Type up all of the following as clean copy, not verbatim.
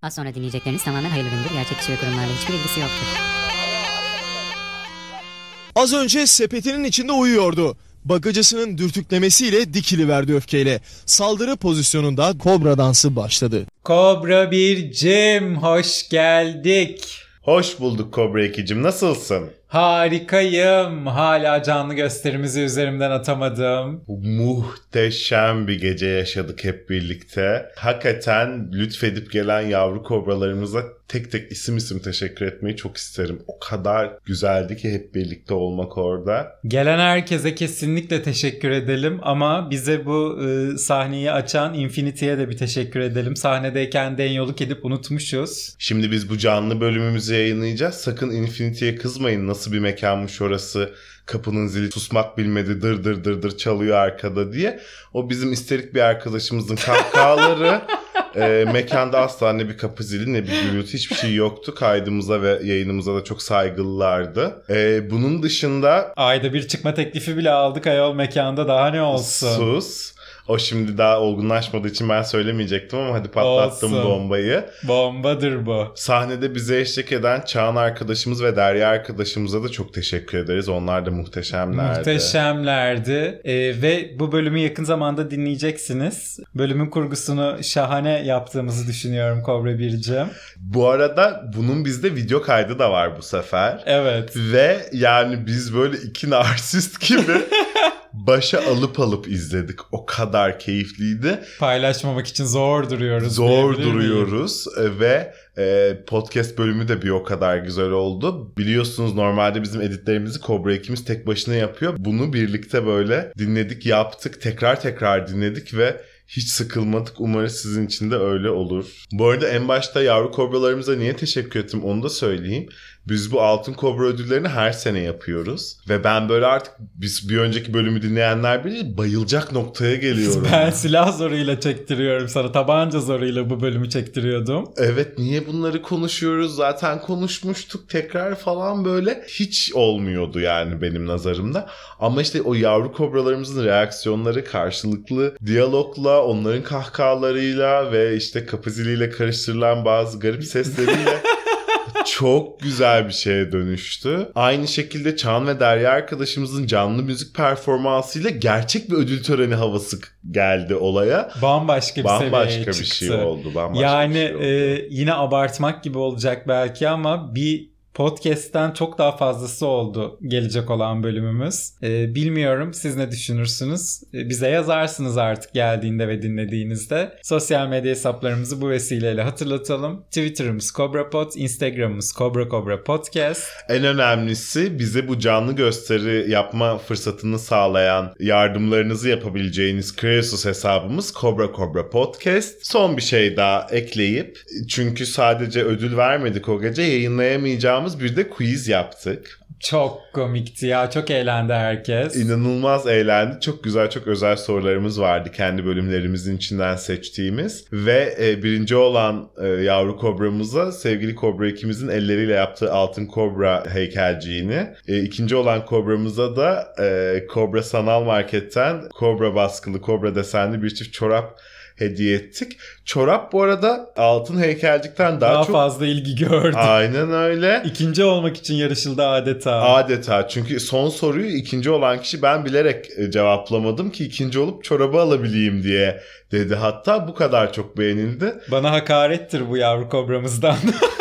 Az sonra dinleyecekleriniz tamamen hayırlı üründür. Gerçek kişi ve kurumlarla hiçbir ilgisi yoktur. Az önce sepetinin içinde uyuyordu. Bagacısının dürtüklemesiyle dikiliverdi öfkeyle. Saldırı pozisyonunda kobra dansı başladı. Kobra Bircim, hoş geldik. Hoş bulduk Kobra 2'cim, nasılsın? Harikayım. Hala canlı gösterimizi üzerimden atamadım. Muhteşem bir gece yaşadık hep birlikte. Hakikaten lütfedip gelen yavru kobralarımıza tek tek isim teşekkür etmeyi çok isterim. O kadar güzeldi ki hep birlikte olmak orada. Gelen herkese kesinlikle teşekkür edelim ama bize bu sahneyi açan Infinity'ye de bir teşekkür edelim. Sahnedeyken denyoluk edip unutmuşuz. Şimdi biz bu canlı bölümümüzü yayınlayacağız. Sakın Infinity'ye kızmayın, nasıl bir mekanmış orası. Kapının zili susmak bilmedi, dır dır dır dır çalıyor arkada diye. O bizim isterik bir arkadaşımızın kahkahaları. Mekanda asla ne bir kapı zili ne bir gürültü, hiçbir şey yoktu. Kaydımıza ve yayınımıza da çok saygılılardı. Bunun dışında... Ayda bir çıkma teklifi bile aldık ayol mekanda, daha ne olsun. Sus. O şimdi daha olgunlaşmadığı için ben söylemeyecektim ama hadi patlattım olsun. Bombayı. Bombadır bu. Sahnede bize eşlik eden Çağan arkadaşımız ve Derya arkadaşımıza da çok teşekkür ederiz. Onlar da muhteşemlerdi. Muhteşemlerdi. Ve bu bölümü yakın zamanda dinleyeceksiniz. Bölümün kurgusunu şahane yaptığımızı düşünüyorum Kobra Bircim. Bu arada bunun bizde video kaydı da var bu sefer. Evet. Ve yani biz böyle iki narsist gibi... başa alıp izledik. O kadar keyifliydi. Paylaşmamak için zor duruyoruz. Zor duruyoruz ve podcast bölümü de bir o kadar güzel oldu. Biliyorsunuz normalde bizim editlerimizi Kobra ikimiz tek başına yapıyor. Bunu birlikte böyle dinledik, yaptık, tekrar dinledik ve hiç sıkılmadık. Umarım sizin için de öyle olur. Bu arada en başta yavru kobralarımıza niye teşekkür ettim onu da söyleyeyim. Biz bu Altın Kobra ödüllerini her sene yapıyoruz. Ve ben böyle artık bir önceki bölümü dinleyenler bilir, bayılacak noktaya geliyorum. Ben silah zoruyla çektiriyorum sana. Tabanca zoruyla bu bölümü çektiriyordum. Evet, niye bunları konuşuyoruz? Zaten konuşmuştuk tekrar falan, böyle hiç olmuyordu yani benim nazarımda. Ama işte o yavru kobralarımızın reaksiyonları, karşılıklı diyalogla, onların kahkahalarıyla ve işte kapı ziliyle karıştırılan bazı garip sesleriyle çok güzel bir şeye dönüştü. Aynı şekilde Çağan ve Derya arkadaşımızın canlı müzik performansıyla gerçek bir ödül töreni havası geldi olaya. Bambaşka bir seviyeye çıktı. Bir şey oldu. Yani yine abartmak gibi olacak belki ama bir podcast'ten çok daha fazlası oldu gelecek olan bölümümüz. Bilmiyorum, siz ne düşünürsünüz? Bize yazarsınız artık geldiğinde ve dinlediğinizde. Sosyal medya hesaplarımızı bu vesileyle hatırlatalım. Twitter'ımız CobraPod, Instagram'ımız Cobra Podcast. En önemlisi, bize bu canlı gösteri yapma fırsatını sağlayan, yardımlarınızı yapabileceğiniz Kreasus hesabımız Cobra Podcast. Son bir şey daha ekleyip, çünkü sadece ödül vermedik o gece, yayınlayamayacağımız bir de quiz yaptık. Çok komikti ya. Çok eğlendi herkes. İnanılmaz eğlendi. Çok güzel, çok özel sorularımız vardı kendi bölümlerimizin içinden seçtiğimiz. Ve birinci olan yavru kobramıza sevgili Kobra ikimizin elleriyle yaptığı altın kobra heykelciğini. İkinci olan kobramıza da Kobra Sanal Market'ten kobra baskılı, kobra desenli bir çift çorap hediye ettik. Çorap bu arada altın heykelcikten daha çok fazla ilgi gördü. Aynen öyle. İkinci olmak için yarışıldı adeta. Adeta. Çünkü son soruyu ikinci olan kişi ben bilerek cevaplamadım ki ikinci olup çorabı alabileyim diye dedi. Hatta bu kadar çok beğenildi. Bana hakarettir bu yavru kobramızdan.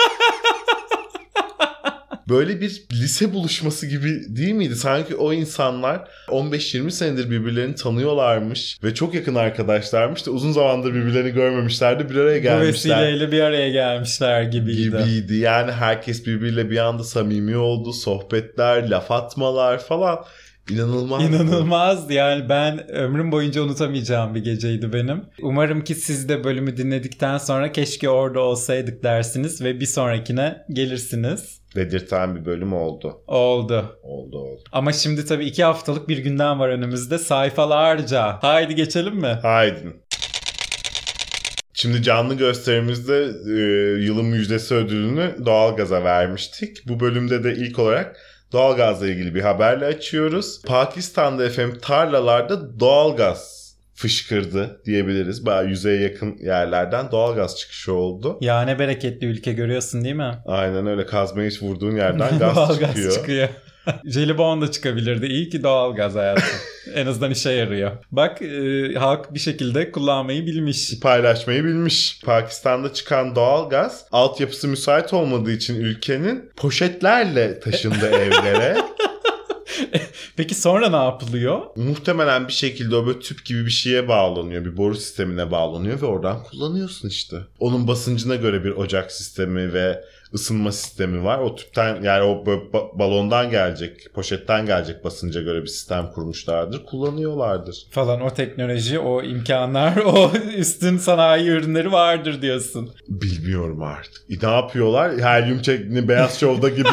Böyle bir lise buluşması gibi değil miydi? Sanki o insanlar 15-20 senedir birbirlerini tanıyorlarmış ve çok yakın arkadaşlarmış da uzun zamandır birbirlerini görmemişlerdi, bir araya gelmişler. Bu vesileyle bir araya gelmişler gibiydi. Yani herkes birbiriyle bir anda samimi oldu. Sohbetler, laf atmalar falan. İnanılmazdı. Yani ben ömrüm boyunca unutamayacağım bir geceydi benim. Umarım ki siz de bölümü dinledikten sonra keşke orada olsaydık dersiniz ve bir sonrakine gelirsiniz. Dedirten bir bölüm oldu. Oldu. Ama şimdi tabii 2 haftalık bir gündem var önümüzde, sayfalarca. Haydi geçelim mi? Haydi. Şimdi canlı gösterimizde yılın müjdesi ödülünü doğalgaza vermiştik. Bu bölümde de ilk olarak doğalgazla ilgili bir haberle açıyoruz. Pakistan'da efendim tarlalarda doğalgaz fışkırdı diyebiliriz. Bayağı yüzeye yakın yerlerden doğalgaz çıkışı oldu. Ya ne bereketli ülke, görüyorsun değil mi? Aynen öyle, kazmaya hiç vurduğun yerden gaz Doğalgaz çıkıyor. Jelibon da çıkabilirdi. İyi ki doğalgaz hayatım. En azından işe yarıyor. Bak halk bir şekilde kullanmayı bilmiş. Paylaşmayı bilmiş. Pakistan'da çıkan doğalgaz altyapısı müsait olmadığı için ülkenin poşetlerle taşındı evlere. Peki sonra ne yapılıyor? Muhtemelen bir şekilde o böyle tüp gibi bir şeye bağlanıyor. Bir boru sistemine bağlanıyor ve oradan kullanıyorsun işte. Onun basıncına göre bir ocak sistemi ve ısınma sistemi var. O tüpten, yani o balondan gelecek, poşetten gelecek basınca göre bir sistem kurmuşlardır. Kullanıyorlardır. Falan, o teknoloji, o imkanlar, o üstün sanayi ürünleri vardır diyorsun. Bilmiyorum artık. Ne yapıyorlar? Helyum çektiğini Beyaz Show'da gibi...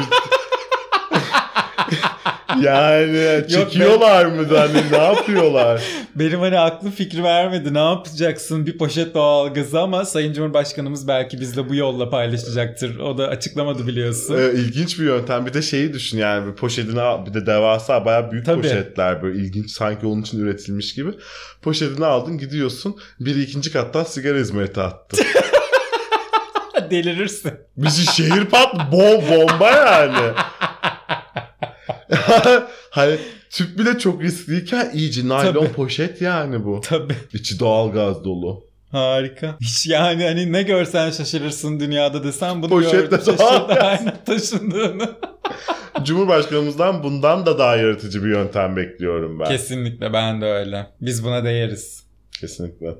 Yani çekiyorlar mı hani, ne yapıyorlar? Benim hani aklı fikri vermedi. Ne yapacaksın bir poşet doğalgazı, ama Sayın Cumhurbaşkanımız belki bizle bu yolla paylaşacaktır. O da açıklamadı biliyorsun. İlginç bir yöntem. Bir de şeyi düşün, yani bir poşetini al, bir de devasa bayağı büyük Tabii. poşetler, böyle ilginç, sanki onun için üretilmiş gibi. Poşetini aldın, gidiyorsun, biri ikinci kattan sigara izmariti attı. Delirirsin. Bizi şehir bomba yani. Hani tüp bile çok riskliyken iyice naylon Tabii. poşet yani bu. Tabii. İçi doğalgaz dolu. Harika. Hiç yani hani ne görsen şaşırırsın dünyada desem, bunu Poşetle gördüm, şaşırdım. doğalgaz. Aynen, taşındığını. Cumhurbaşkanımızdan bundan da daha yaratıcı bir yöntem bekliyorum ben. Kesinlikle, ben de öyle. Biz buna değeriz. Kesinlikle.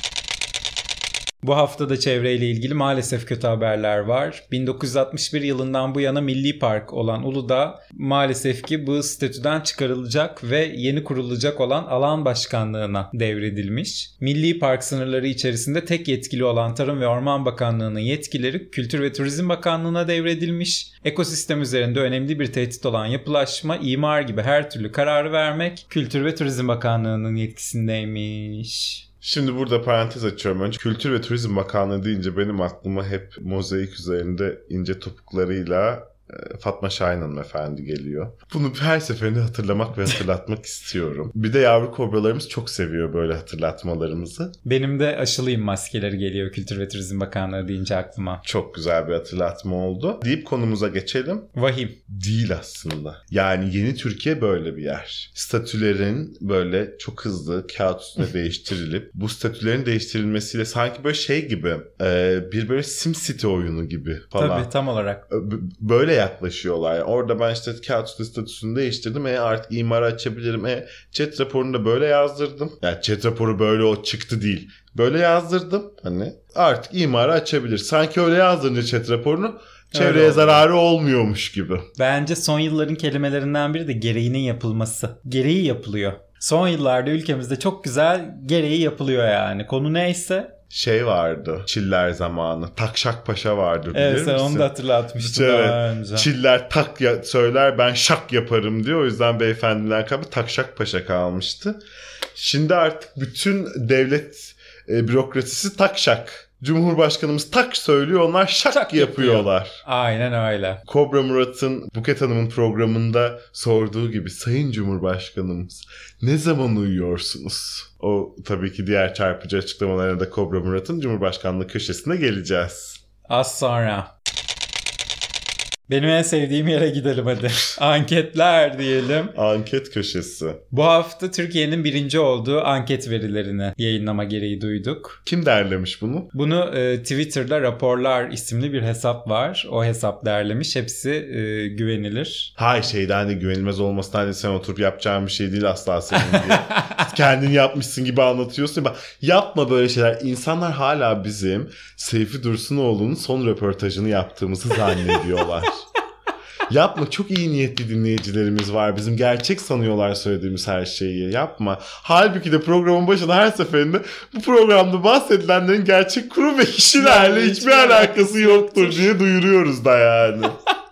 Bu hafta da çevreyle ilgili maalesef kötü haberler var. 1961 yılından bu yana milli park olan Uludağ maalesef ki bu statüden çıkarılacak ve yeni kurulacak olan alan başkanlığına devredilmiş. Milli park sınırları içerisinde tek yetkili olan Tarım ve Orman Bakanlığı'nın yetkileri Kültür ve Turizm Bakanlığı'na devredilmiş. Ekosistem üzerinde önemli bir tehdit olan yapılaşma, imar gibi her türlü kararı vermek Kültür ve Turizm Bakanlığı'nın yetkisindeymiş. Şimdi burada parantez açıyorum. Önce Kültür ve Turizm Bakanlığı deyince benim aklıma hep mozaik üzerinde ince topuklarıyla Fatma Şahin hanımefendi geliyor. Bunu her seferinde hatırlamak ve hatırlatmak istiyorum. Bir de yavru kobralarımız çok seviyor böyle hatırlatmalarımızı. Benim de aşılayım maskeleri geliyor Kültür ve Turizm Bakanlığı deyince aklıma. Çok güzel bir hatırlatma oldu. Deyip konumuza geçelim. Vahim. Değil aslında. Yani yeni Türkiye böyle bir yer. Statülerin böyle çok hızlı kağıt üstüne değiştirilip bu statülerin değiştirilmesiyle sanki böyle şey gibi bir böyle SimCity oyunu gibi falan. Tabii, tam olarak. Böyle yaklaşıyorlar. Yani orada ben işte kağıt üstü statüsünü değiştirdim. Artık imarı açabilirim. Chat raporunu da böyle yazdırdım. Yani chat raporu böyle o çıktı değil. Böyle yazdırdım. Hani artık imarı açabilir. Sanki öyle yazdırınca chat raporunu çevreye zararı olmuyormuş gibi. Bence son yılların kelimelerinden biri de gereğinin yapılması. Gereği yapılıyor. Son yıllarda ülkemizde çok güzel gereği yapılıyor yani. Konu neyse. Şey vardı. Çiller zamanı. Takşak Paşa vardı, bilir Evet, misin? sen onu da hatırlatmıştın daha önce. Çiller tak söyler, ben şak yaparım diyor. O yüzden beyefendiler kabı Takşak Paşa kalmıştı. Şimdi artık bütün devlet bürokrasisi takşak. Cumhurbaşkanımız tak söylüyor, onlar şak yapıyorlar. Aynen öyle. Kobra Murat'ın Buket Hanım'ın programında sorduğu gibi, Sayın Cumhurbaşkanımız ne zaman uyuyorsunuz? O tabii ki diğer çarpıcı açıklamalarına da Kobra Murat'ın Cumhurbaşkanlığı köşesine geleceğiz. Az sonra. Benim en sevdiğim yere gidelim hadi. Anketler diyelim. Anket köşesi. Bu hafta Türkiye'nin birinci olduğu anket verilerini yayınlama gereği duyduk. Kim derlemiş bunu? Bunu Twitter'da Raporlar isimli bir hesap var. O hesap derlemiş. Hepsi güvenilir. Hay, şeyden de güvenilmez olmasından de sen oturup yapacağın bir şey değil asla senin diye. Kendin yapmışsın gibi anlatıyorsun. Yapma böyle şeyler. İnsanlar hala bizim Seyfi Dursunoğlu'nun son röportajını yaptığımızı zannediyorlar. Yapma, çok iyi niyetli dinleyicilerimiz var. Bizim gerçek sanıyorlar söylediğimiz her şeyi. Yapma. Halbuki de programın başında her seferinde bu programda bahsedilenlerin gerçek kurum ve kişilerle hiçbir alakası yoktur diye duyuruyoruz da yani.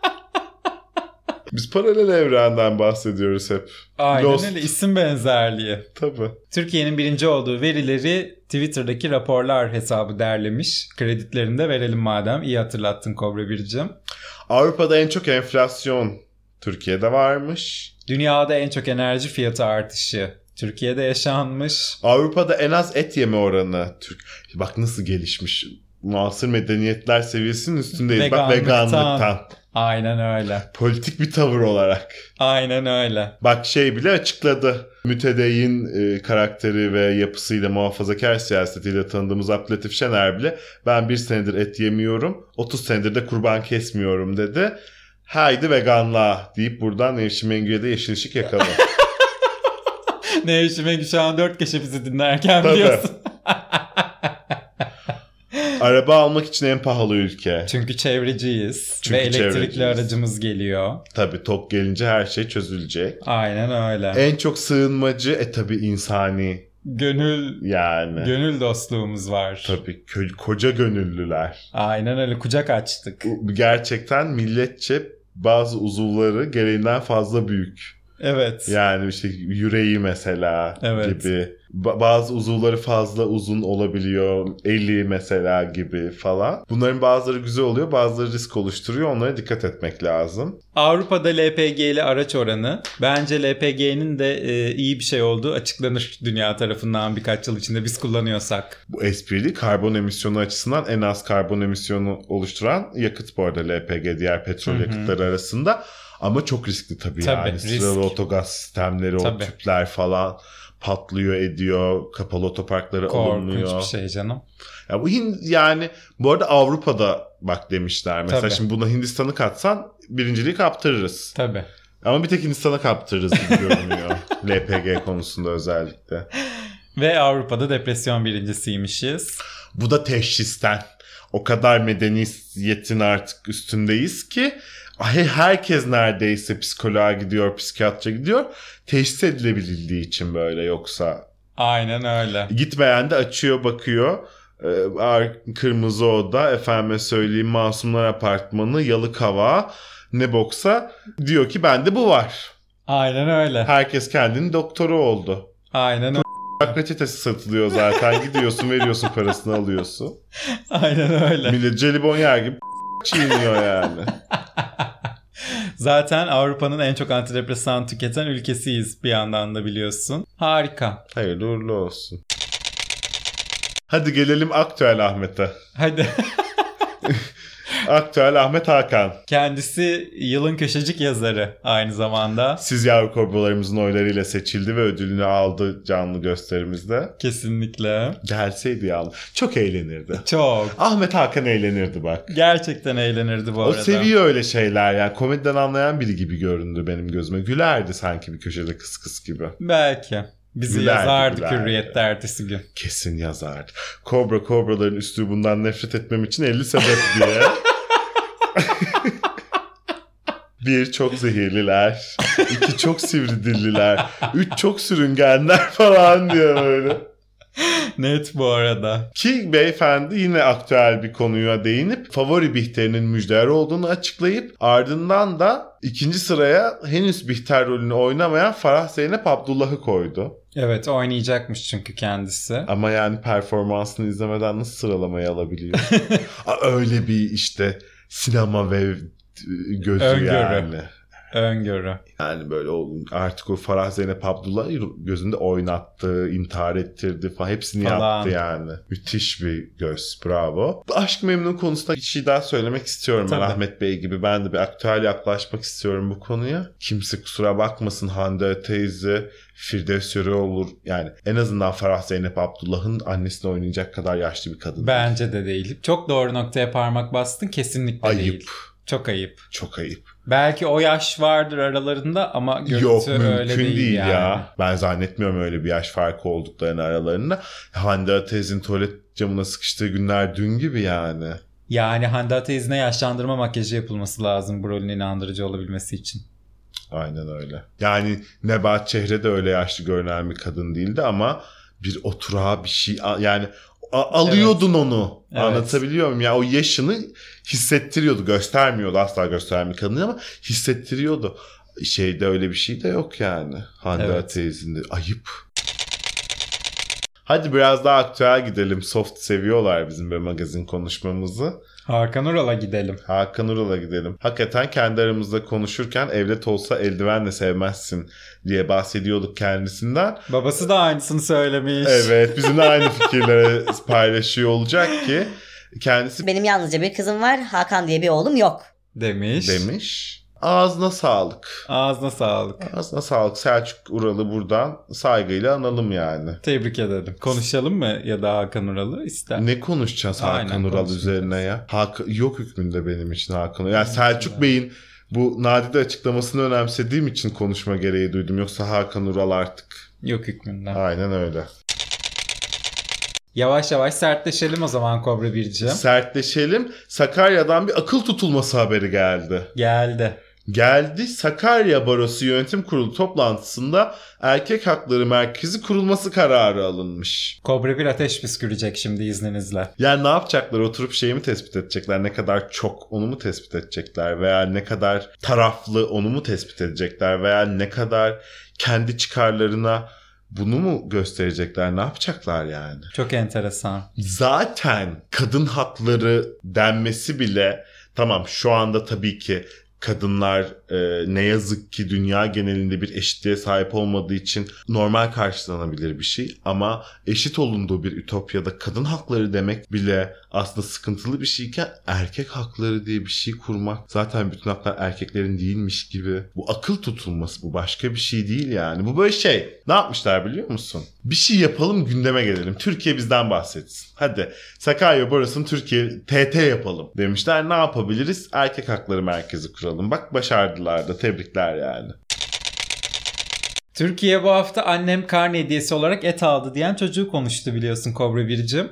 Biz paralel evrenden bahsediyoruz hep. Aynen Lost. öyle, isim benzerliği. Tabii. Türkiye'nin birinci olduğu verileri Twitter'daki Raporlar hesabı derlemiş. Kreditlerini de verelim madem. İyi hatırlattın Kobra Bircim. Avrupa'da en çok enflasyon Türkiye'de varmış. Dünyada en çok enerji fiyatı artışı Türkiye'de yaşanmış. Avrupa'da en az et yeme oranı. Bak nasıl gelişmiş. Muasır medeniyetler seviyesinin üstündeyiz. Bak veganlıktan. Aynen öyle. Politik bir tavır olarak. Aynen öyle. Bak şey bile açıkladı. Mütedeyyin karakteri ve yapısıyla muhafazakar siyasetiyle tanıdığımız Abdülatif Şener bile ben 1 senedir et yemiyorum, 30 senedir de kurban kesmiyorum dedi. Haydi veganlığa deyip buradan Nevşin Mengü'ye de yeşil ışık yakaladı. Nevşin Mengü şu an 4 kişi bizi dinlerken Tabii. biliyorsun. Araba almak için en pahalı ülke. Çünkü çevreciyiz. Çünkü ve elektrikli çevreciyiz. aracımız geliyor. Tabii tok gelince her şey çözülecek. Aynen öyle. En çok sığınmacı tabii insani yani. Gönül dostluğumuz var. Tabii koca gönüllüler. Aynen öyle, kucak açtık. Gerçekten milletçe bazı uzuvları gereğinden fazla büyük. Evet. Yani işte yüreği mesela gibi. Bazı uzuvları fazla uzun olabiliyor. Eli mesela gibi falan. Bunların bazıları güzel oluyor, bazıları risk oluşturuyor. Onlara dikkat etmek lazım. Avrupa'da LPG'li araç oranı, bence LPG'nin de iyi bir şey olduğu açıklanır dünya tarafından birkaç yıl içinde biz kullanıyorsak. Bu esprili karbon emisyonu açısından en az karbon emisyonu oluşturan yakıt bu arada LPG diğer petrol yakıtları arasında. Ama çok riskli tabii yani. Risk. Sıralı otogaz sistemleri, o tüpler falan patlıyor ediyor. Kapalı otoparklara alınıyor. Korkunç bir şey canım. Ya bu yani bu arada Avrupa'da bak demişler. Mesela Tabii. şimdi buna Hindistan'ı katsan birinciliği kaptırırız. Tabii. Ama bir tek Hindistan'a kaptırırız gibi görünüyor. LPG konusunda özellikle. Ve Avrupa'da depresyon birincisiymişiz. Bu da teşhisten. O kadar medeniyetin artık üstündeyiz ki herkes neredeyse psikoloğa gidiyor, psikiyatra gidiyor. Teşhis edilebildiği için böyle, yoksa. Aynen öyle. Gitmeyen de açıyor, bakıyor. Kırmızı Oda, efendime söyleyeyim Masumlar Apartmanı, Yalıkava, ne boksa diyor ki bende bu var. Aynen öyle. Herkes kendinin doktoru oldu. Aynen öyle. Reçetesi satılıyor zaten. Gidiyorsun, veriyorsun, parasını alıyorsun. Aynen öyle. Millet jelibon yer gibi çiğniyor yani. Zaten Avrupa'nın en çok antidepresan tüketen ülkesiyiz bir yandan da biliyorsun. Harika. Hayırlı uğurlu olsun. Hadi gelelim aktüel Ahmet'e. Hadi. Aktüel Ahmet Hakan. Kendisi yılın köşecik yazarı aynı zamanda. Siz yavru kobralarımızın oylarıyla seçildi ve ödülünü aldı canlı gösterimizde. Kesinlikle. Gelseydi ya. Çok eğlenirdi. Çok. Ahmet Hakan eğlenirdi bak. Gerçekten eğlenirdi bu arada. O seviyor öyle şeyler yani. Komediden anlayan biri gibi göründü benim gözüme. Gülerdi sanki bir köşede kıs kıs gibi. Belki. Bizi Gülerdi, yazardı gülerdi. Hürriyet'te ertesi gün. Kesin yazardı. Kobraların üslubundan nefret etmem için 50 sebep diye. 1 çok zehirliler. 2 çok sivri dilliler. 3 çok sürüngenler falan diye böyle. Net bu arada. Ki beyefendi yine aktüel bir konuya değinip favori Bihter'in Müjder olduğunu açıklayıp ardından da 2. sıraya henüz Bihter rolünü oynamayan Farah Zeynep Abdullah'ı koydu. Evet, oynayacakmış çünkü kendisi. Ama yani performansını izlemeden nasıl sıralamayı alabiliyor? Öyle bir işte sinema ve gözü Öngörü. yani. Öngörü. Yani böyle artık o Farah Zeynep Abdullah gözünde oynattı, intihar ettirdi falan, hepsini yaptı yani. Müthiş bir göz, bravo. Aşk Memnu konusunda bir şey daha söylemek istiyorum. Tabii. Ben Ahmet Bey gibi ben de bir aktüel yaklaşmak istiyorum bu konuya. Kimse kusura bakmasın, Hande teyze, Firdevs olur yani en azından Farah Zeynep Abdullah'ın annesini oynayacak kadar yaşlı bir kadın. Bence de değil. Çok doğru noktaya parmak bastın, kesinlikle Ayıp. değil. Çok ayıp. Çok ayıp. Belki o yaş vardır aralarında ama görüntü Yok, öyle mümkün değil yani. ya. Ben zannetmiyorum öyle bir yaş farkı olduklarını aralarında. Hande Atez'in tuvalet camına sıkıştığı günler dün gibi yani. Yani Hande Atez'ine yaşlandırma makyajı yapılması lazım bu rolün inandırıcı olabilmesi için. Aynen öyle. Yani Nebahat Çehre de öyle yaşlı görünen bir kadın değildi ama bir oturağa bir şey yani alıyordun onu. Evet. Anlatabiliyor muyum? Ya o yaşını hissettiriyordu. Göstermiyordu. Asla gösteren bir kadın ama hissettiriyordu. Şeyde öyle bir şey de yok yani. Hande Atez'in de. Ayıp. Hadi biraz daha aktüel gidelim. Soft seviyorlar bizim böyle magazin konuşmamızı. Hakan Ural'a gidelim. Hakan Ural'a gidelim. Hakikaten kendi aramızda konuşurken evlat olsa eldivenle sevmezsin diye bahsediyorduk kendisinden. Babası da aynısını söylemiş. Evet, bizimle aynı fikirleri paylaşıyor olacak ki kendisi Benim yalnızca bir kızım var. Hakan diye bir oğlum yok. demiş. Ağzına sağlık. Ağzına sağlık. Ağzına sağlık. Selçuk Ural'ı buradan saygıyla analım yani. Tebrik edelim. Konuşalım mı ya da Hakan Ural'ı ister. Ne konuşacağız Aynen, Hakan Ural konuşmayacağız. üzerine ya? Yok hükmünde benim için Hakan Ural. Yani Selçuk Bey'in bu nadide açıklamasını önemsediğim için konuşma gereği duydum. Yoksa Hakan Ural artık. Yok hükmünden. Aynen öyle. Yavaş yavaş sertleşelim o zaman Kobra Birciğim. Sertleşelim. Sakarya'dan bir akıl tutulması haberi geldi. Geldi. Sakarya Barosu Yönetim Kurulu toplantısında Erkek Hakları Merkezi kurulması kararı alınmış. Kobra bir ateş püskürecek şimdi izninizle. Yani ne yapacaklar? Oturup şeyi mi tespit edecekler? Ne kadar çok onu mu tespit edecekler? Veya ne kadar taraflı onu mu tespit edecekler? Veya ne kadar kendi çıkarlarına bunu mu gösterecekler? Ne yapacaklar yani? Çok enteresan. Zaten kadın hakları denmesi bile tamam, şu anda tabii ki kadınlar ne yazık ki dünya genelinde bir eşitliğe sahip olmadığı için normal karşılanabilir bir şey. Ama eşit olunduğu bir ütopyada kadın hakları demek bile aslında sıkıntılı bir şeyken erkek hakları diye bir şey kurmak, zaten bütün haklar erkeklerin değilmiş gibi. Bu akıl tutulması, bu başka bir şey değil yani. Bu böyle şey. Ne yapmışlar biliyor musun? Bir şey yapalım, gündeme gelelim. Türkiye bizden bahsetsin. Hadi Sakarya Barosu'nu Türkiye TT yapalım demişler. Ne yapabiliriz? Erkek Hakları Merkezi kuralım. Bak başardılar da, tebrikler yani. Türkiye bu hafta annem karne hediyesi olarak et aldı diyen çocuğu konuştu biliyorsun Kobra Biricim.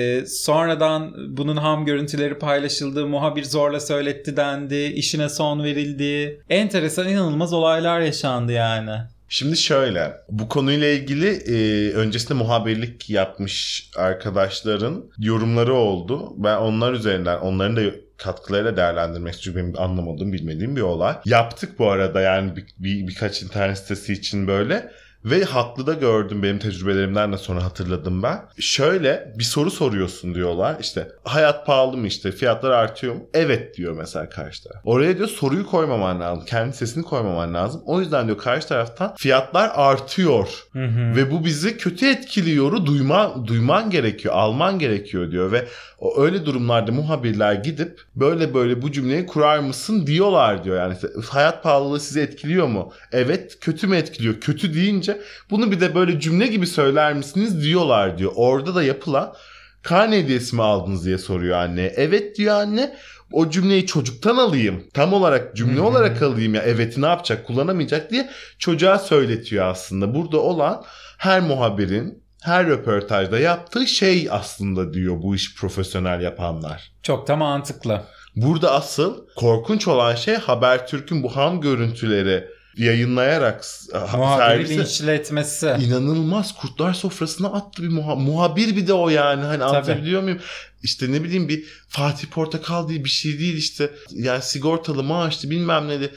Sonradan bunun ham görüntüleri paylaşıldı. Muhabir zorla söyletti dendi. İşine son verildi. Enteresan, inanılmaz olaylar yaşandı yani. Şimdi şöyle, bu konuyla ilgili öncesinde muhabirlik yapmış arkadaşların yorumları oldu. Ben onlar üzerinden, onların da katkılarıyla değerlendirmek, çünkü benim anlamadığım, bilmediğim bir olay. Yaptık bu arada yani birkaç internet sitesi için böyle. Ve haklı da gördüm, benim tecrübelerimden de sonra hatırladım ben. Şöyle bir soru soruyorsun diyorlar. İşte hayat pahalı mı, işte fiyatlar artıyor mu? Evet diyor mesela karşı taraf. Oraya diyor soruyu koymaman lazım. Kendi sesini koymaman lazım. O yüzden diyor karşı taraftan fiyatlar artıyor. Ve bu bizi kötü etkiliyoru duyman gerekiyor. Alman gerekiyor diyor. Ve öyle durumlarda muhabirler gidip böyle bu cümleyi kurar mısın diyorlar diyor. Yani işte, hayat pahalılığı sizi etkiliyor mu? Evet. Kötü mü etkiliyor? Kötü deyince bunu bir de böyle cümle gibi söyler misiniz diyorlar diyor. Orada da yapılan karne hediyesi mi aldınız diye soruyor anne. Evet diyor anne. O cümleyi çocuktan alayım. Tam olarak cümle olarak alayım ya. Evet, ne yapacak? Kullanamayacak diye çocuğa söyletiyor aslında. Burada olan her muhabirin her röportajda yaptığı şey aslında diyor bu işi profesyonel yapanlar. Çok da mantıklı. Burada asıl korkunç olan şey Habertürk'ün bu ham görüntüleri yayınlayarak muhabiri linçletmesi. İnanılmaz, kurtlar sofrasına attı bir muhabir, bir de o yani. Hani anlatabiliyor muyum? İşte ne bileyim, bir Fatih Portakal diye bir şey değil işte. Yani sigortalı, maaşlı, bilmem neydi.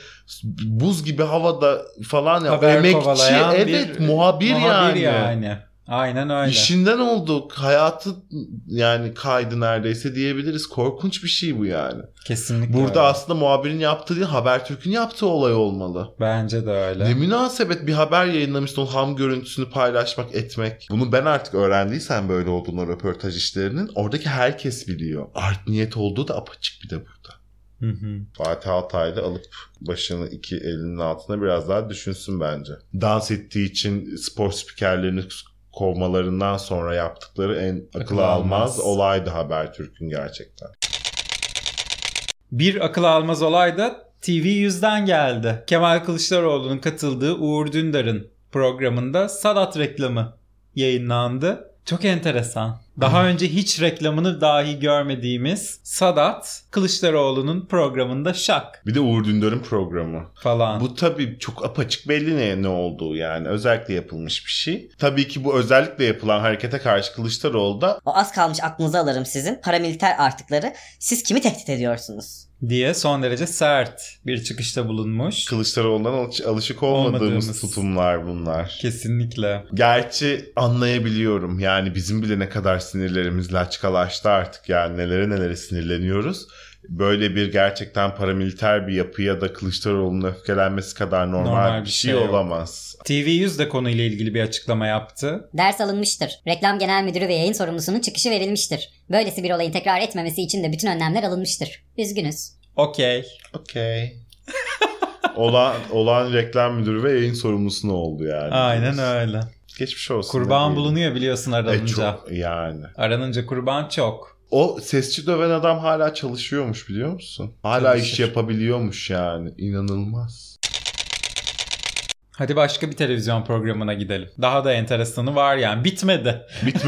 Buz gibi havada falan. Haber emekçi, kovalayan evet, muhabir yani. Aynen öyle. İşinden oldu. Hayatı yani kaydı neredeyse diyebiliriz. Korkunç bir şey bu yani. Kesinlikle burada öyle. aslında muhabirin yaptığı değil, Habertürk'ün yaptığı olay olmalı. Bence de öyle. Ne münasebet, bir haber yayınlamışsın, o ham görüntüsünü paylaşmak, etmek. Bunu ben artık öğrendiysem böyle olduğunu, röportaj işlerinin, oradaki herkes biliyor. Art niyet olduğu da apaçık bir de burada. Fatih Altaylı alıp başını iki elinin altına biraz daha düşünsün bence. Dans ettiği için spor spikerlerini kovmalarından sonra yaptıkları en akıl almaz olaydı Habertürk'ün gerçekten. Bir akıl almaz olay da TV100'den geldi. Kemal Kılıçdaroğlu'nun katıldığı Uğur Dündar'ın programında Sadat reklamı yayınlandı. Çok enteresan. Daha önce hiç reklamını dahi görmediğimiz Sadat, Kılıçdaroğlu'nun programında şak. Bir de Uğur Dündar'ın programı falan. Bu tabii çok apaçık belli ne olduğu yani. Özellikle yapılmış bir şey. Tabii ki bu özellikle yapılan harekete karşı Kılıçdaroğlu da O az kalmış aklınızı alırım sizin paramiliter artıkları. Siz kimi tehdit ediyorsunuz? Diye son derece sert bir çıkışta bulunmuş. Kılıçdaroğlu'ndan alışık olmadığımız tutumlar bunlar. Kesinlikle. Gerçi anlayabiliyorum. Yani bizim bile ne kadar sinirlerimiz laçkalaştı artık, yani nelere sinirleniyoruz. Böyle bir gerçekten paramiliter bir yapıya da Kılıçdaroğlu'nun öfkelenmesi kadar normal bir şey olamaz. TV100 de konuyla ilgili bir açıklama yaptı. Ders alınmıştır. Reklam Genel Müdürü ve yayın sorumlusunun çıkışı verilmiştir. Böylesi bir olayın tekrar etmemesi için de bütün önlemler alınmıştır. Üzgünüz. Okey. olan reklam müdürü ve yayın sorumlusu ne oldu yani? Aynen öyle. Geçmiş olsun. Kurban bulunuyor biliyorsun aranınca. Çok yani. Aranınca kurban çok. O sesçi döven adam hala çalışıyormuş, biliyor musun? Hala Çalışır. iş yapabiliyormuş yani. İnanılmaz. Hadi başka bir televizyon programına gidelim. Daha da enteresanı var yani. Bitmedi.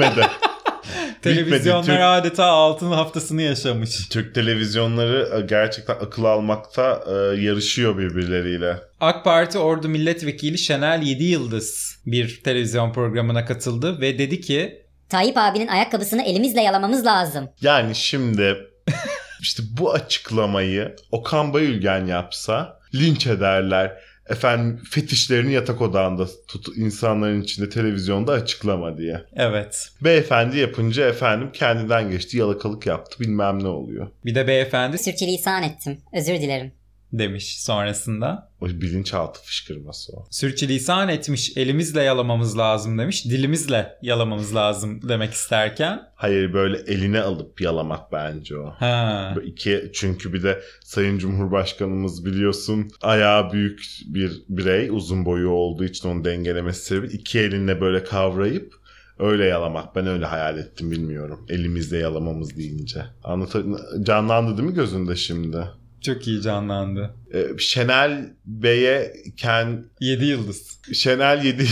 Televizyonlar adeta altın haftasını yaşamış. Türk televizyonları gerçekten akıl almakta yarışıyor birbirleriyle. AK Parti Ordu Milletvekili Şenel Yediyıldız bir televizyon programına katıldı ve dedi ki Tayyip abinin ayakkabısını elimizle yalamamız lazım. Yani şimdi işte bu açıklamayı Okan Bayülgen yapsa linç ederler. Efendim fetişlerini yatak odağında insanların içinde televizyonda açıklama diye. evet. Beyefendi yapınca efendim kendinden geçti, yalakalık yaptı, bilmem ne oluyor. Bir de beyefendi Sürçülisan ettim. Özür dilerim. demiş sonrasında. O bilinçaltı fışkırması o. Sürçülisan etmiş, elimizle yalamamız lazım demiş. Dilimizle yalamamız lazım demek isterken. Hayır, böyle eline alıp yalamak bence o. Ha. Çünkü bir de Sayın Cumhurbaşkanımız biliyorsun ayağı büyük bir birey, uzun boyu olduğu için onu dengelemesi sebebi iki elinle böyle kavrayıp öyle yalamak. Ben öyle hayal ettim, bilmiyorum. Elimizle yalamamız deyince. Canlandı değil mi gözünde şimdi? Çok iyi canlandı. Şenel Bey'e 7 yıldız. Şenel 7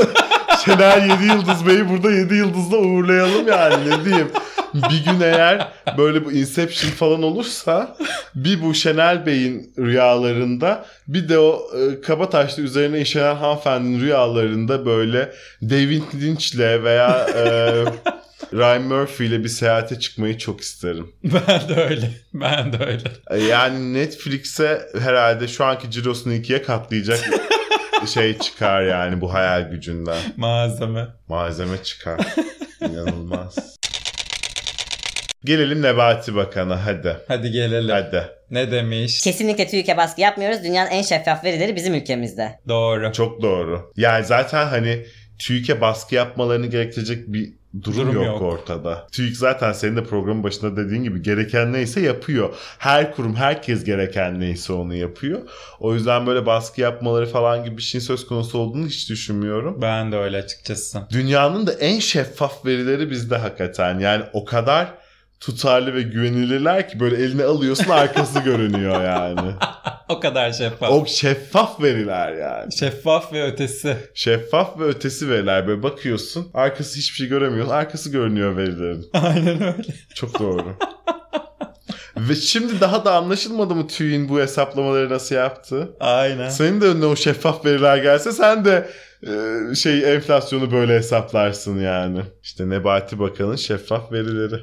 Yıldız Bey'i burada 7 yıldızla uğurlayalım yani, ne diyeyim. Bir gün eğer böyle bu Inception falan olursa bir bu Şenel Bey'in rüyalarında, bir de o Kabataşlı üzerine işlenen hanımefendinin rüyalarında böyle David Lynch'le veya Ryan Murphy ile bir seyahate çıkmayı çok isterim. Ben de öyle. Yani Netflix'e herhalde şu anki cirosunu 2'ye katlayacak şey çıkar yani bu hayal gücünden. Malzeme çıkar. İnanılmaz. Gelelim Nebati Bakan'a hadi. Hadi gelelim. Hadi. Ne demiş? Kesinlikle TÜİK'e baskı yapmıyoruz. Dünyanın en şeffaf verileri bizim ülkemizde. Doğru. Çok doğru. Yani zaten hani TÜİK'e baskı yapmalarını gerektirecek bir durum yok ortada. TÜİK zaten senin de programın başında dediğin gibi gereken neyse yapıyor. Her kurum, herkes gereken neyse onu yapıyor. O yüzden böyle baskı yapmaları falan gibi bir şeyin söz konusu olduğunu hiç düşünmüyorum. Ben de öyle açıkçası. Dünyanın da en şeffaf verileri bizde hakikaten. Yani o kadar tutarlı ve güvenilirler ki böyle eline alıyorsun arkası görünüyor yani. O kadar şeffaf. O şeffaf veriler yani. Şeffaf ve ötesi. Şeffaf ve ötesi veriler. Böyle bakıyorsun arkası hiçbir şey göremiyorsun. Arkası görünüyor verilerin. Aynen öyle. Çok doğru. Ve şimdi daha da anlaşılmadı mı TÜİK'in bu hesaplamaları nasıl yaptı? Aynen. Senin de önüne o şeffaf veriler gelse sen de enflasyonu böyle hesaplarsın yani. İşte Nebati Bakan'ın şeffaf verileri.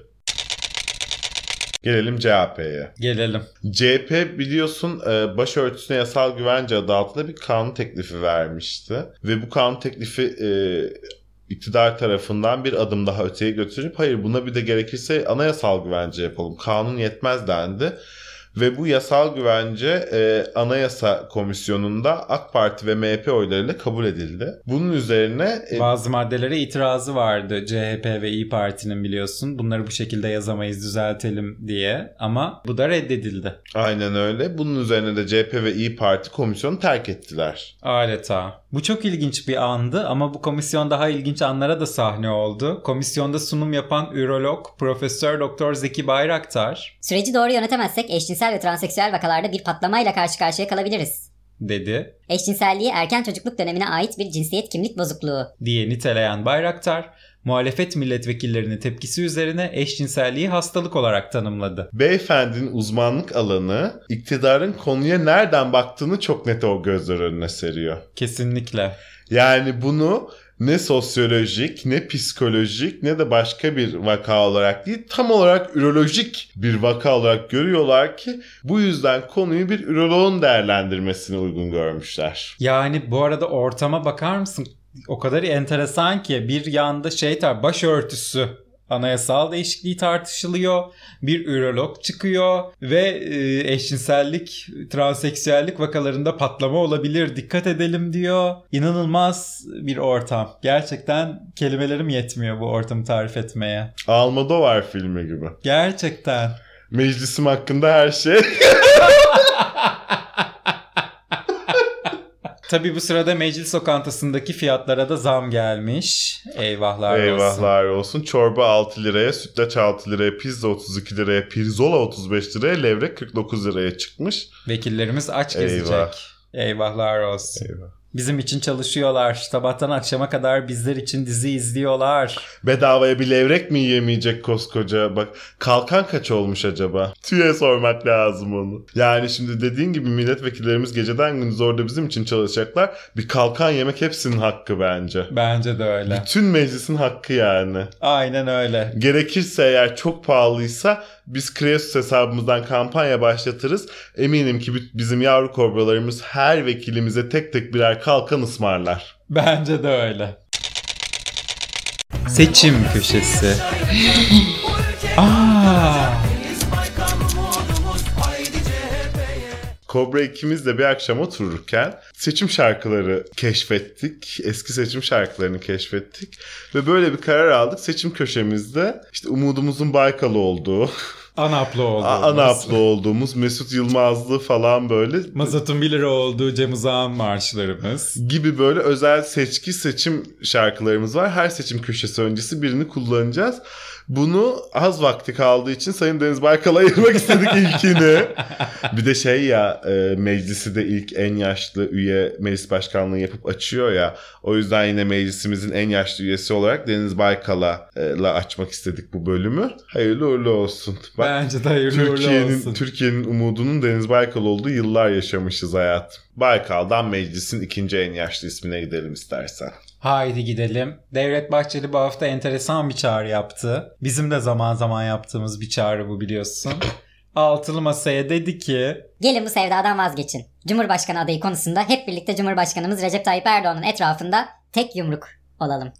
Gelelim CHP'ye. Gelelim. CHP biliyorsun başörtüsüne yasal güvence adı altında bir kanun teklifi vermişti. Ve bu kanun teklifi iktidar tarafından bir adım daha öteye götürüp hayır buna bir de gerekirse anayasal güvence yapalım. Kanun yetmez dendi. Ve bu yasal güvence Anayasa Komisyonu'nda AK Parti ve MHP oylarıyla kabul edildi. Bunun üzerine bazı maddelere itirazı vardı CHP ve İYİ Parti'nin biliyorsun. Bunları bu şekilde yazamayız, düzeltelim diye. Ama bu da reddedildi. Aynen öyle. Bunun üzerine de CHP ve İYİ Parti komisyonu terk ettiler. Adeta. Bu çok ilginç bir andı ama bu komisyon daha ilginç anlara da sahne oldu. Komisyonda sunum yapan ürolog Profesör Doktor Zeki Bayraktar Süreci doğru yönetemezsek eşcinsel ve transseksüel vakalarda bir patlamayla karşı karşıya kalabiliriz. dedi. Eşcinselliği erken çocukluk dönemine ait bir cinsiyet kimlik bozukluğu diye niteleyen Bayraktar, muhalefet milletvekillerinin tepkisi üzerine eşcinselliği hastalık olarak tanımladı. Beyefendinin uzmanlık alanı iktidarın konuya nereden baktığını çok net o gözler önüne seriyor. Kesinlikle. Yani bunu ne sosyolojik, ne psikolojik, ne de başka bir vaka olarak değil, tam olarak ürolojik bir vaka olarak görüyorlar ki bu yüzden konuyu bir üroloğun değerlendirmesine uygun görmüşler. Yani bu arada ortama bakar mısın? O kadar enteresan ki bir yanda başörtüsü Anayasal değişikliği tartışılıyor. Bir ürolog çıkıyor ve eşcinsellik, transseksüellik vakalarında patlama olabilir. Dikkat edelim diyor. İnanılmaz bir ortam. Gerçekten kelimelerim yetmiyor bu ortamı tarif etmeye. Almodovar filmi gibi. Gerçekten. Meclisim hakkında her şey. Tabii bu sırada meclis lokantasındaki fiyatlara da zam gelmiş. Eyvahlar olsun. Eyvahlar olsun. Çorba 6 liraya, sütlaç 6 liraya, pizza 32 liraya, pirzola 35 liraya, levrek 49 liraya çıkmış. Vekillerimiz aç gezecek. Eyvah. Eyvahlar olsun. Eyvah. Bizim için çalışıyorlar. Sabahtan akşama kadar bizler için dizi izliyorlar. Bedavaya bir levrek mi yiyemeyecek koskoca? Bak kalkan kaç olmuş acaba? TÜİ'ye sormak lazım onu. Yani şimdi dediğin gibi milletvekillerimiz geceden gündüz orada bizim için çalışacaklar. Bir kalkan yemek hepsinin hakkı bence. Bence de öyle. Bütün meclisin hakkı yani. Aynen öyle. Gerekirse eğer çok pahalıysa biz Kreasus hesabımızdan kampanya başlatırız. Eminim ki bizim yavru kobralarımız her vekilimize tek tek birer kalkan ısmarlar. Bence de öyle. Seçim köşesi. Kobra ikimiz de bir akşam otururken seçim şarkıları keşfettik. Eski seçim şarkılarını keşfettik. Ve böyle bir karar aldık. Seçim köşemizde işte umudumuzun Baykal'ı olduğu, Anaplı olduğumuz. Anaplı olduğumuz, Mesut Yılmazlı falan böyle. Mazot'un 1 lira olduğu Cem Uzağ'ın marşlarımız. Gibi böyle özel seçki seçim şarkılarımız var. Her seçim köşesi öncesi birini kullanacağız. Bunu az vakti kaldığı için Sayın Deniz Baykal'a ayırmak istedik ilkini. Bir de şey ya meclisi de ilk en yaşlı üye meclis başkanlığı yapıp açıyor ya. O yüzden yine meclisimizin en yaşlı üyesi olarak Deniz Baykal'la açmak istedik bu bölümü. Hayırlı uğurlu olsun. Bak, Bence de hayırlı uğurlu olsun. Türkiye'nin umudunun Deniz Baykal olduğu yıllar yaşamışız hayat. Baykal'dan meclisin ikinci en yaşlı ismine gidelim istersen. Haydi gidelim. Devlet Bahçeli bu hafta enteresan bir çağrı yaptı. Bizim de zaman zaman yaptığımız bir çağrı bu biliyorsun. Altılı Masa'ya dedi ki... Gelin bu sevdadan vazgeçin. Cumhurbaşkanı adayı konusunda hep birlikte Cumhurbaşkanımız Recep Tayyip Erdoğan'ın etrafında tek yumruk olalım.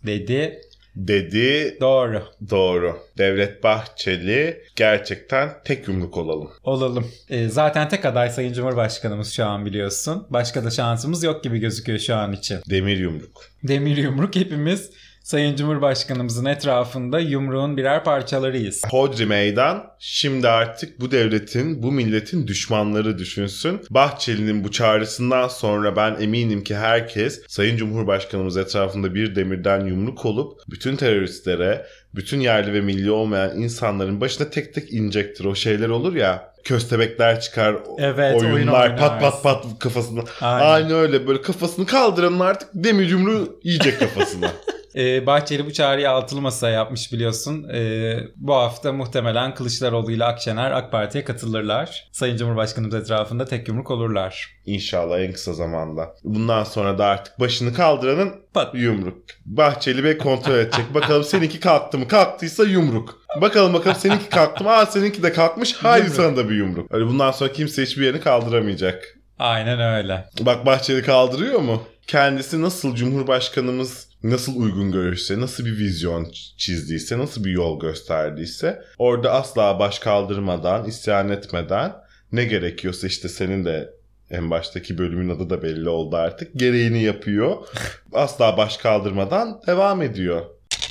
Dedi. Doğru. Devlet Bahçeli gerçekten tek yumruk Olalım. Zaten tek aday Sayın Cumhurbaşkanımız şu an biliyorsun. Başka da şansımız yok gibi gözüküyor şu an için. Demir yumruk. Demir yumruk hepimiz Sayın Cumhurbaşkanımızın etrafında yumruğun birer parçalarıyız. Hodri meydan şimdi artık bu devletin, bu milletin düşmanları düşünsün. Bahçeli'nin bu çağrısından sonra ben eminim ki herkes Sayın Cumhurbaşkanımız etrafında bir demirden yumruk olup bütün teröristlere, bütün yerli ve milli olmayan insanların başına tek tek inecektir. O şeyler olur ya, köstebekler çıkar, evet, oyunlar pat pat kafasına. Aynı öyle böyle kafasını kaldıranın artık demir yumruğu yiyecek kafasına. Bahçeli bu çağrıyı altılı masaya yapmış biliyorsun. Bu hafta muhtemelen Kılıçdaroğlu ile Akşener AK Parti'ye katılırlar. Sayın Cumhurbaşkanımız etrafında tek yumruk olurlar. İnşallah en kısa zamanda. Bundan sonra da artık başını kaldıranın yumruk. Bahçeli Bey kontrol edecek. Bakalım seninki kalktı mı? Kalktıysa yumruk. Bakalım seninki kalktı mı? Seninki de kalkmış. Haydi sana da bir yumruk. Öyle bundan sonra kimse hiçbir yerini kaldıramayacak. Aynen öyle. Bak Bahçeli kaldırıyor mu? Kendisi nasıl Cumhurbaşkanımız nasıl uygun görürse, nasıl bir vizyon çizdiyse, nasıl bir yol gösterdiyse orada asla baş kaldırmadan, isyan etmeden ne gerekiyorsa işte senin de en baştaki bölümün adı da belli oldu artık. Gereğini yapıyor. Asla baş kaldırmadan devam ediyor.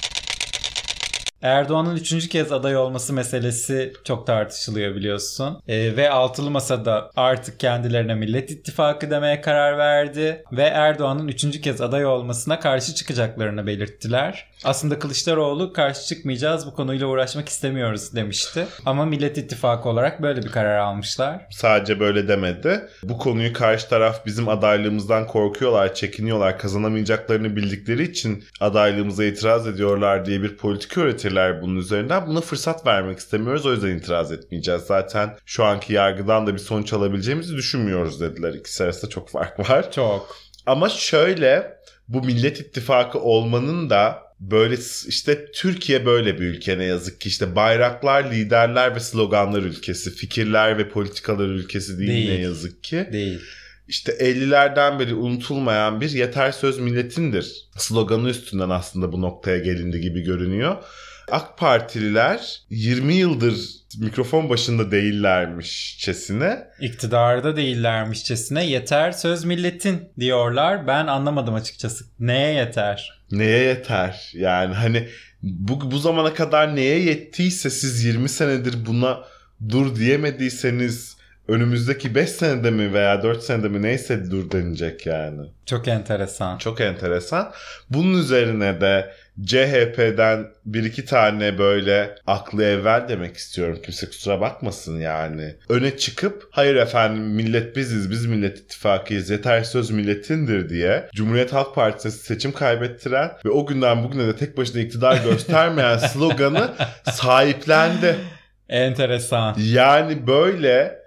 Erdoğan'ın 3. kez aday olması meselesi çok tartışılıyor biliyorsun. Ve altılı masada artık kendilerine Millet İttifakı demeye karar verdi. Ve Erdoğan'ın 3. kez aday olmasına karşı çıkacaklarını belirttiler. Aslında Kılıçdaroğlu karşı çıkmayacağız, bu konuyla uğraşmak istemiyoruz demişti. Ama Millet İttifakı olarak böyle bir karar almışlar. Sadece böyle demedi. Bu konuyu karşı taraf bizim adaylığımızdan korkuyorlar, çekiniyorlar, kazanamayacaklarını bildikleri için adaylığımıza itiraz ediyorlar diye bir politika öğretirler bunun üzerinden. Buna fırsat vermek istemiyoruz, o yüzden itiraz etmeyeceğiz. Zaten şu anki yargıdan da bir sonuç alabileceğimizi düşünmüyoruz dediler. İkisi arasında çok fark var. Çok. Ama şöyle, bu Millet İttifakı olmanın da böyle işte Türkiye böyle bir ülke ne yazık ki, işte bayraklar, liderler ve sloganlar ülkesi, fikirler ve politikalar ülkesi değil ne yazık ki. Değil. İşte 50'lerden beri unutulmayan bir yeter söz milletindir sloganı üstünden aslında bu noktaya gelindi gibi görünüyor. AK Partililer 20 yıldır mikrofon başında değillermişçesine. İktidarda değillermişçesine yeter söz milletin diyorlar. Ben anlamadım açıkçası. Neye yeter? Neye yeter? Yani hani bu zamana kadar neye yettiyse siz 20 senedir buna dur diyemediyseniz önümüzdeki 5 senede mi veya 4 senede mi neyse dur denecek yani. Çok enteresan. Çok enteresan. Bunun üzerine de CHP'den bir iki tane böyle aklı evvel demek istiyorum. Kimse kusura bakmasın yani. Öne çıkıp hayır efendim millet biziz, biz Millet İttifakıyız, yeter söz milletindir diye Cumhuriyet Halk Partisi seçim kaybettiren ve o günden bugüne de tek başına iktidar göstermeyen sloganı sahiplendi. Enteresan. Yani böyle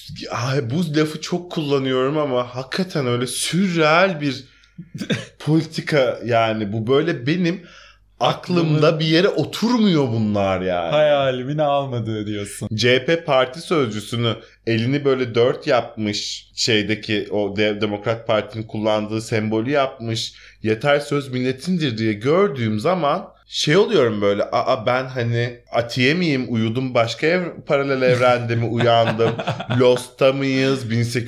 bu lafı çok kullanıyorum ama hakikaten öyle sürreal bir politika yani bu böyle benim aklımda bir yere oturmuyor bunlar yani. Hayalimin almadığı diyorsun. CHP parti sözcüsünü elini böyle 4 yapmış şeydeki o Demokrat Parti'nin kullandığı sembolü yapmış yeter söz milletindir diye gördüğüm zaman şey oluyorum böyle ben hani Atiye miyim uyudum başka paralel evrende mi uyandım Lost'ta mıyız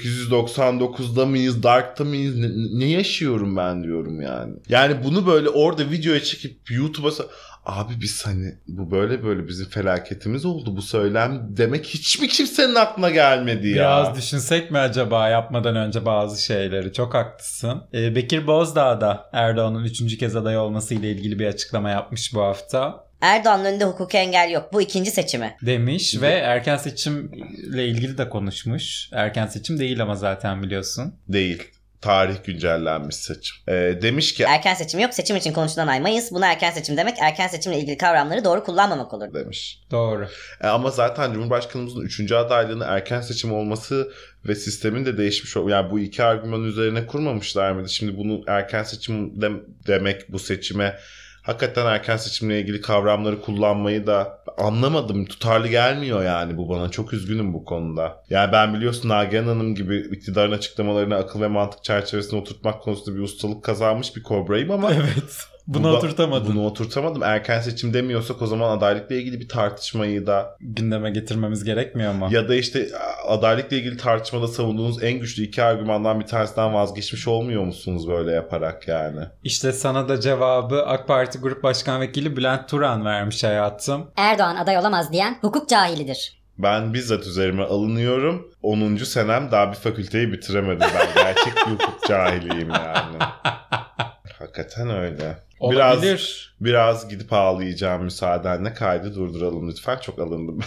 1899'da mıyız Dark'ta mıyız ne yaşıyorum ben diyorum yani. Yani bunu böyle orada videoya çekip YouTube'a abi biz hani bu böyle bizim felaketimiz oldu bu söylem demek hiç mi kimsenin aklına gelmedi ya? Biraz düşünsek mi acaba yapmadan önce bazı şeyleri? Çok haklısın. Bekir Bozdağ da Erdoğan'ın 3. kez aday olmasıyla ilgili bir açıklama yapmış bu hafta. Erdoğan'ın önünde hukuki engel yok. Bu ikinci seçimi. Demiş ve erken seçimle ilgili de konuşmuş. Erken seçim değil ama zaten biliyorsun. Değil. Tarih güncellenmiş seçim. Demiş ki Erken seçim yok. Seçim için konuşulan ay Mayıs. Buna erken seçim demek erken seçimle ilgili kavramları doğru kullanmamak olur. demiş. Doğru. Ama zaten Cumhurbaşkanımızın 3. adaylığının erken seçim olması ve sistemin de değişmiş yani bu iki argümanın üzerine kurmamışlar mıydı? Şimdi bunu erken seçim demek bu seçime hakikaten erken seçimle ilgili kavramları kullanmayı da anlamadım. Tutarlı gelmiyor yani bu bana. Çok üzgünüm bu konuda. Yani ben biliyorsun Nagihan Hanım gibi iktidarın açıklamalarını akıl ve mantık çerçevesine oturtmak konusunda bir ustalık kazanmış bir kobrayım ama Evet. Bunu oturtamadın. Bunu oturtamadım. Erken seçim demiyorsak o zaman adaylıkla ilgili bir tartışmayı da gündeme getirmemiz gerekmiyor mu? ya da işte adaylıkla ilgili tartışmada savunduğunuz en güçlü iki argümandan bir tanesinden vazgeçmiş olmuyor musunuz böyle yaparak yani? İşte sana da cevabı AK Parti Grup Başkan Vekili Bülent Turan vermiş hayatım. Erdoğan aday olamaz diyen hukuk cahilidir. Ben bizzat üzerime alınıyorum. 10. senem daha bir fakülteyi bitiremedim. Ben gerçek bir hukuk cahiliyim yani. Hakikaten öyle. Olabilir. Biraz gidip ağlayacağım müsaadenle. Kaydı durduralım lütfen. Çok alındım.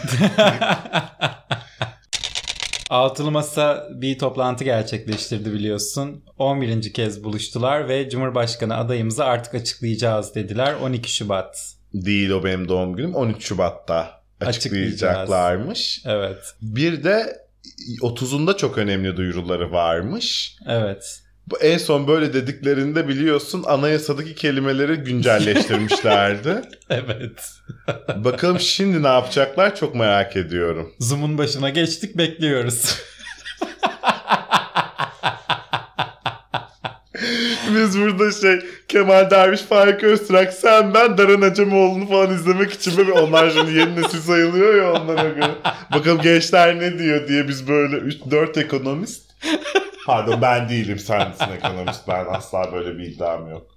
Altılı Masa bir toplantı gerçekleştirdi biliyorsun. 11. kez buluştular ve Cumhurbaşkanı adayımızı artık açıklayacağız dediler. 12 Şubat. Değil o benim doğum günüm. 13 Şubat'ta açıklayacaklarmış. Evet. Bir de 30'unda çok önemli duyuruları varmış. Evet. En son böyle dediklerinde biliyorsun anayasadaki kelimeleri güncelleştirmişlerdi. Evet. Bakalım şimdi ne yapacaklar çok merak ediyorum. Zoom'un başına geçtik, bekliyoruz. Biz burada Kemal Derviş, Faik Öztürk, sen ben Daran Acemoğlu'nu falan izlemek için ve onlar şimdi yeni nesil sayılıyor ya onlara göre. Bakalım gençler ne diyor diye biz böyle 3-4 ekonomist. Pardon ben değilim, sensin ekonomist, ben asla böyle bir iddiam yok.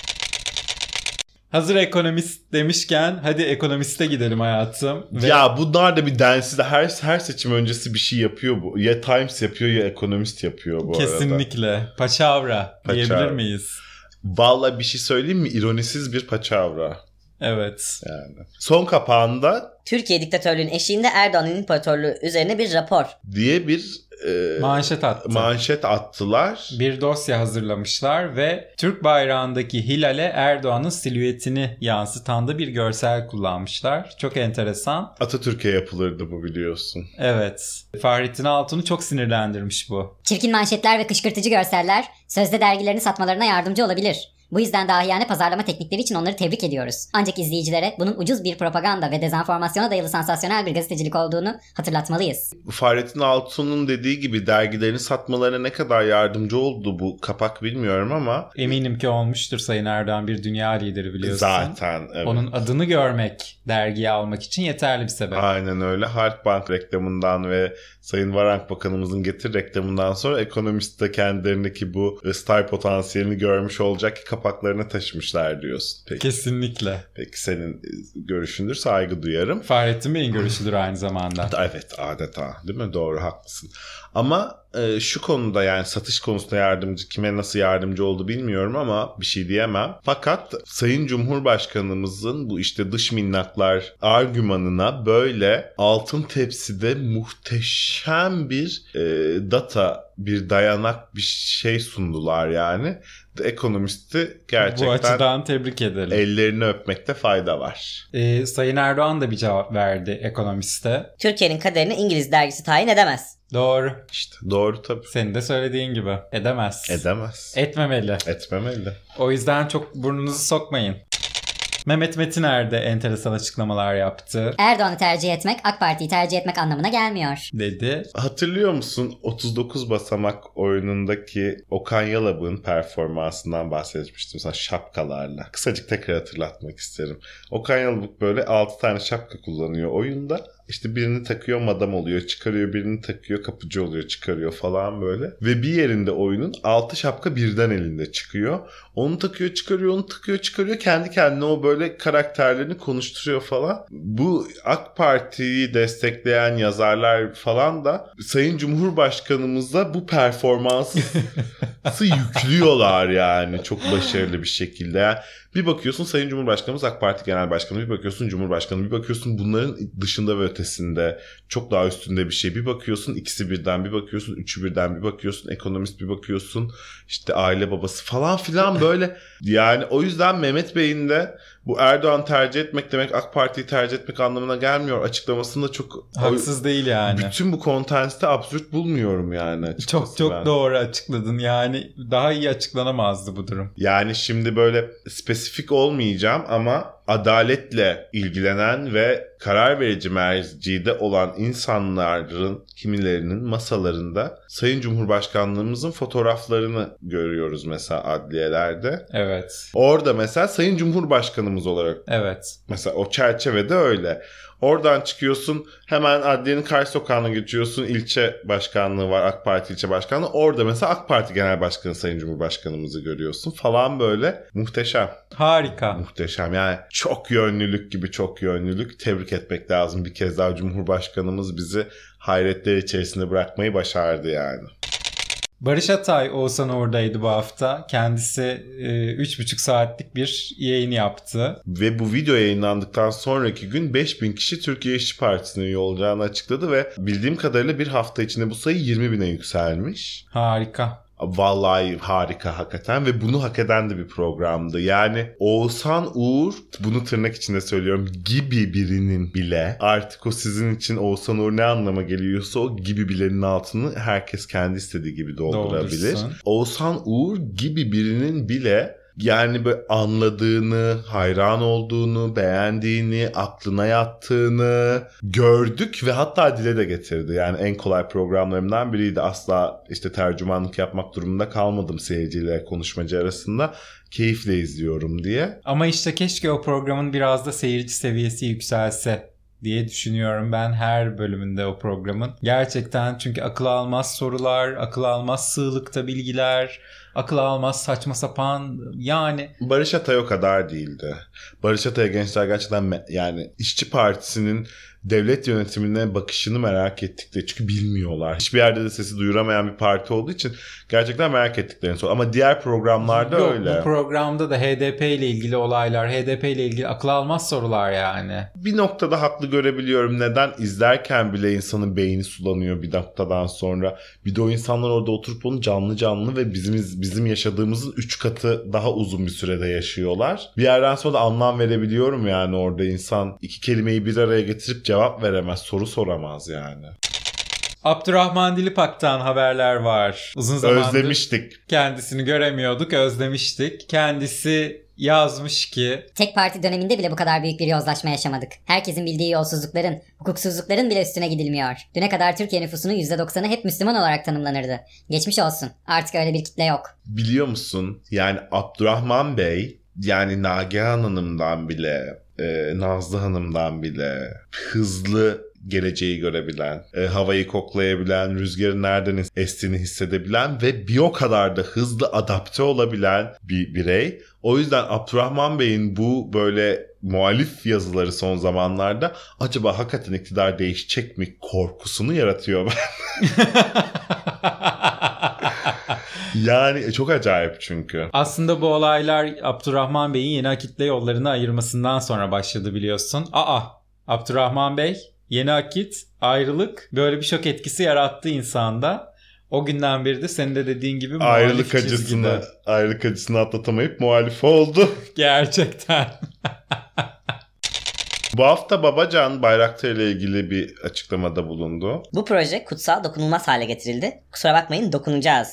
Hazır ekonomist demişken hadi ekonomiste gidelim hayatım. Ya bunlar da bir densiz, her seçim öncesi bir şey yapıyor bu. Ya Times yapıyor ya Economist yapıyor bu arada. Kesinlikle. Paçavra diyebilir miyiz? Vallahi bir şey söyleyeyim mi? İronisiz bir paçavra. Evet. Yani. Son kapağında Türkiye diktatörlüğünün eşiğinde Erdoğan'ın imparatorluğu üzerine bir rapor diye bir manşet attılar. Bir dosya hazırlamışlar ve Türk bayrağındaki hilale Erdoğan'ın silüetini yansıtan da bir görsel kullanmışlar. Çok enteresan. Atatürk'e yapılırdı bu biliyorsun. Evet. Fahrettin Altun'u çok sinirlendirmiş bu. Çirkin manşetler ve kışkırtıcı görseller sözde dergilerini satmalarına yardımcı olabilir. Bu yüzden dahiyane pazarlama teknikleri için onları tebrik ediyoruz. Ancak izleyicilere bunun ucuz bir propaganda ve dezenformasyona dayalı sansasyonel bir gazetecilik olduğunu hatırlatmalıyız. Fahrettin Altun'un dediği gibi dergilerini satmalarına ne kadar yardımcı oldu bu kapak bilmiyorum ama Eminim ki olmuştur. Sayın Erdoğan bir dünya lideri biliyorsun. zaten evet. Onun adını görmek dergiye almak için yeterli bir sebep. Aynen öyle. Halkbank reklamından ve Sayın Varank Bakanımızın Getir reklamından sonra Ekonomist de kendilerindeki bu star potansiyelini görmüş olacak ki kapaklarına taşımışlar diyorsun. Kesinlikle. Peki senin görüşündür, saygı duyarım. Fahrettin Bey'in görüşüdür aynı zamanda. Evet, adeta değil mi? Doğru, haklısın. Ama şu konuda, yani satış konusunda yardımcı, kime nasıl yardımcı oldu bilmiyorum ama bir şey diyemem. Fakat Sayın Cumhurbaşkanımızın bu işte dış minnaklar argümanına böyle altın tepside muhteşem bir bir dayanak, bir şey sundular yani. The Economist'i Bu gerçekten açıdan tebrik edelim. ellerini öpmekte fayda var. Sayın Erdoğan da bir cevap verdi Ekonomist'e. Türkiye'nin kaderini İngiliz dergisi tayin edemez. Doğru. İşte doğru tabii. Senin de söylediğin gibi. Edemez. Edemez. Etmemeli. Etmemeli. O yüzden çok burnunuzu sokmayın. Mehmet Metiner de enteresan açıklamalar yaptı. Erdoğan'ı tercih etmek AK Parti'yi tercih etmek anlamına gelmiyor. Dedi. Hatırlıyor musun 39 basamak oyunundaki Okan Yalabık'ın performansından bahsetmiştim sana şapkalarla. Kısacık tekrar hatırlatmak isterim. Okan Yalabık böyle 6 tane şapka kullanıyor oyunda. İşte birini takıyor madam oluyor, çıkarıyor, birini takıyor kapıcı oluyor, çıkarıyor falan böyle. Ve bir yerinde oyunun 6 şapka birden elinde çıkıyor. Onu takıyor, çıkarıyor, onu takıyor, çıkarıyor. Kendi kendine o böyle karakterlerini konuşturuyor falan. Bu AK Parti'yi destekleyen yazarlar falan da Sayın Cumhurbaşkanımıza bu performansı yüklüyorlar yani çok başarılı bir şekilde. Yani bir bakıyorsun Sayın Cumhurbaşkanımız AK Parti Genel Başkanı, bir bakıyorsun Cumhurbaşkanı, bir bakıyorsun bunların dışında ve ötesinde çok daha üstünde bir şey. Bir bakıyorsun ikisi birden, bir bakıyorsun üçü birden, bir bakıyorsun ekonomist, bir bakıyorsun işte aile babası falan filan böyle. Yani o yüzden Mehmet Bey'in de bu Erdoğan tercih etmek demek AK Parti'yi tercih etmek anlamına gelmiyor açıklamasında çok Haksız değil yani. Bütün bu kontenste absürt bulmuyorum yani açıkçası Çok ben. doğru açıkladın. Yani daha iyi açıklanamazdı bu durum. Yani şimdi böyle spesifik olmayacağım ama adaletle ilgilenen ve karar verici mercide olan insanların kimilerinin masalarında Sayın Cumhurbaşkanlığımızın fotoğraflarını görüyoruz mesela adliyelerde. Evet. Orada mesela Sayın Cumhurbaşkanımız olarak Evet. mesela o çerçevede öyle. Oradan çıkıyorsun hemen adliyenin karşı sokağına geçiyorsun. İlçe başkanlığı var, AK Parti ilçe başkanlığı. Orada mesela AK Parti Genel Başkanı Sayın Cumhurbaşkanımızı görüyorsun falan böyle. Muhteşem. Harika. Muhteşem yani çok yönlülük gibi çok yönlülük. Tebrik etmek lazım bir kez daha Cumhurbaşkanımız bizi hayretler içerisinde bırakmayı başardı yani. Barış Atay Oğuzhan oradaydı bu hafta. Kendisi 3,5 saatlik bir yayın yaptı. Ve bu video yayınlandıktan sonraki gün 5000 kişi Türkiye İşçi Partisi'ne üye olacağını açıkladı ve bildiğim kadarıyla bir hafta içinde bu sayı 20.000'e yükselmiş. Harika. Vallahi harika hakikaten ve bunu hak eden de bir programdı. Yani Oğuzhan Uğur, bunu tırnak içinde söylüyorum, gibi birinin bile artık o sizin için Oğuzhan Uğur ne anlama geliyorsa o gibi bilenin altını herkes kendi istediği gibi doldurabilir. Doldursun. Oğuzhan Uğur gibi birinin bile yani böyle anladığını, hayran olduğunu, beğendiğini, aklına yattığını gördük ve hatta dile de getirdi. Yani en kolay programlarımdan biriydi. Asla işte tercümanlık yapmak durumunda kalmadım seyirciyle konuşmacı arasında. Keyifle izliyorum diye. Ama işte keşke o programın biraz da seyirci seviyesi yükselse diye düşünüyorum ben her bölümünde o programın. Gerçekten çünkü akıl almaz sorular, akıl almaz sığlıkta bilgiler, akıl almaz saçma sapan yani. Barış Atay o kadar değildi. Barış Atay'a gençler gerçekten yani İşçi Partisi'nin devlet yönetimine bakışını merak ettikleri, çünkü bilmiyorlar. Hiçbir yerde de sesi duyuramayan bir parti olduğu için gerçekten merak ettiklerini soruyor. Ama diğer programlarda Yok, öyle. Bu programda da HDP ile ilgili olaylar, HDP ile ilgili akıl almaz sorular yani. Bir noktada haklı görebiliyorum. Neden? İzlerken bile insanın beyni sulanıyor bir noktadan sonra. Bir de o insanlar orada oturup onu canlı canlı ve bizim yaşadığımızın 3 katı daha uzun bir sürede yaşıyorlar. Bir yerden sonra da anlam verebiliyorum yani orada insan iki kelimeyi bir araya getirip cevap veremez, soru soramaz yani. Abdurrahman Dilipak'tan haberler var. Uzun zamandır Özlemiştik. kendisini göremiyorduk, özlemiştik. Kendisi yazmış ki Tek parti döneminde bile bu kadar büyük bir yozlaşma yaşamadık. Herkesin bildiği yolsuzlukların, hukuksuzlukların bile üstüne gidilmiyor. Düne kadar Türkiye nüfusunun %90'ı hep Müslüman olarak tanımlanırdı. Geçmiş olsun. Artık öyle bir kitle yok. Biliyor musun? Yani Abdurrahman Bey, yani Nagihan Hanım'dan bile, Nazlı Hanım'dan bile hızlı geleceği görebilen, havayı koklayabilen, rüzgarın nereden estiğini hissedebilen ve bir o kadar da hızlı adapte olabilen bir birey. O yüzden Abdurrahman Bey'in bu böyle muhalif yazıları son zamanlarda acaba hakikaten iktidar değişecek mi korkusunu yaratıyor ben. Yani çok acayip çünkü. aslında bu olaylar Abdurrahman Bey'in yeni akitle yollarını ayırmasından sonra başladı biliyorsun. Abdurrahman Bey yeni akit, ayrılık böyle bir şok etkisi yarattı insanda. O günden beri de senin de dediğin gibi muhalif çizgide. Ayrılık acısını atlatamayıp muhalif oldu. Gerçekten. Bu hafta Babacan Bayraktar ile ilgili bir açıklamada bulundu. Bu proje kutsal, dokunulmaz hale getirildi. Kusura bakmayın, dokunacağız.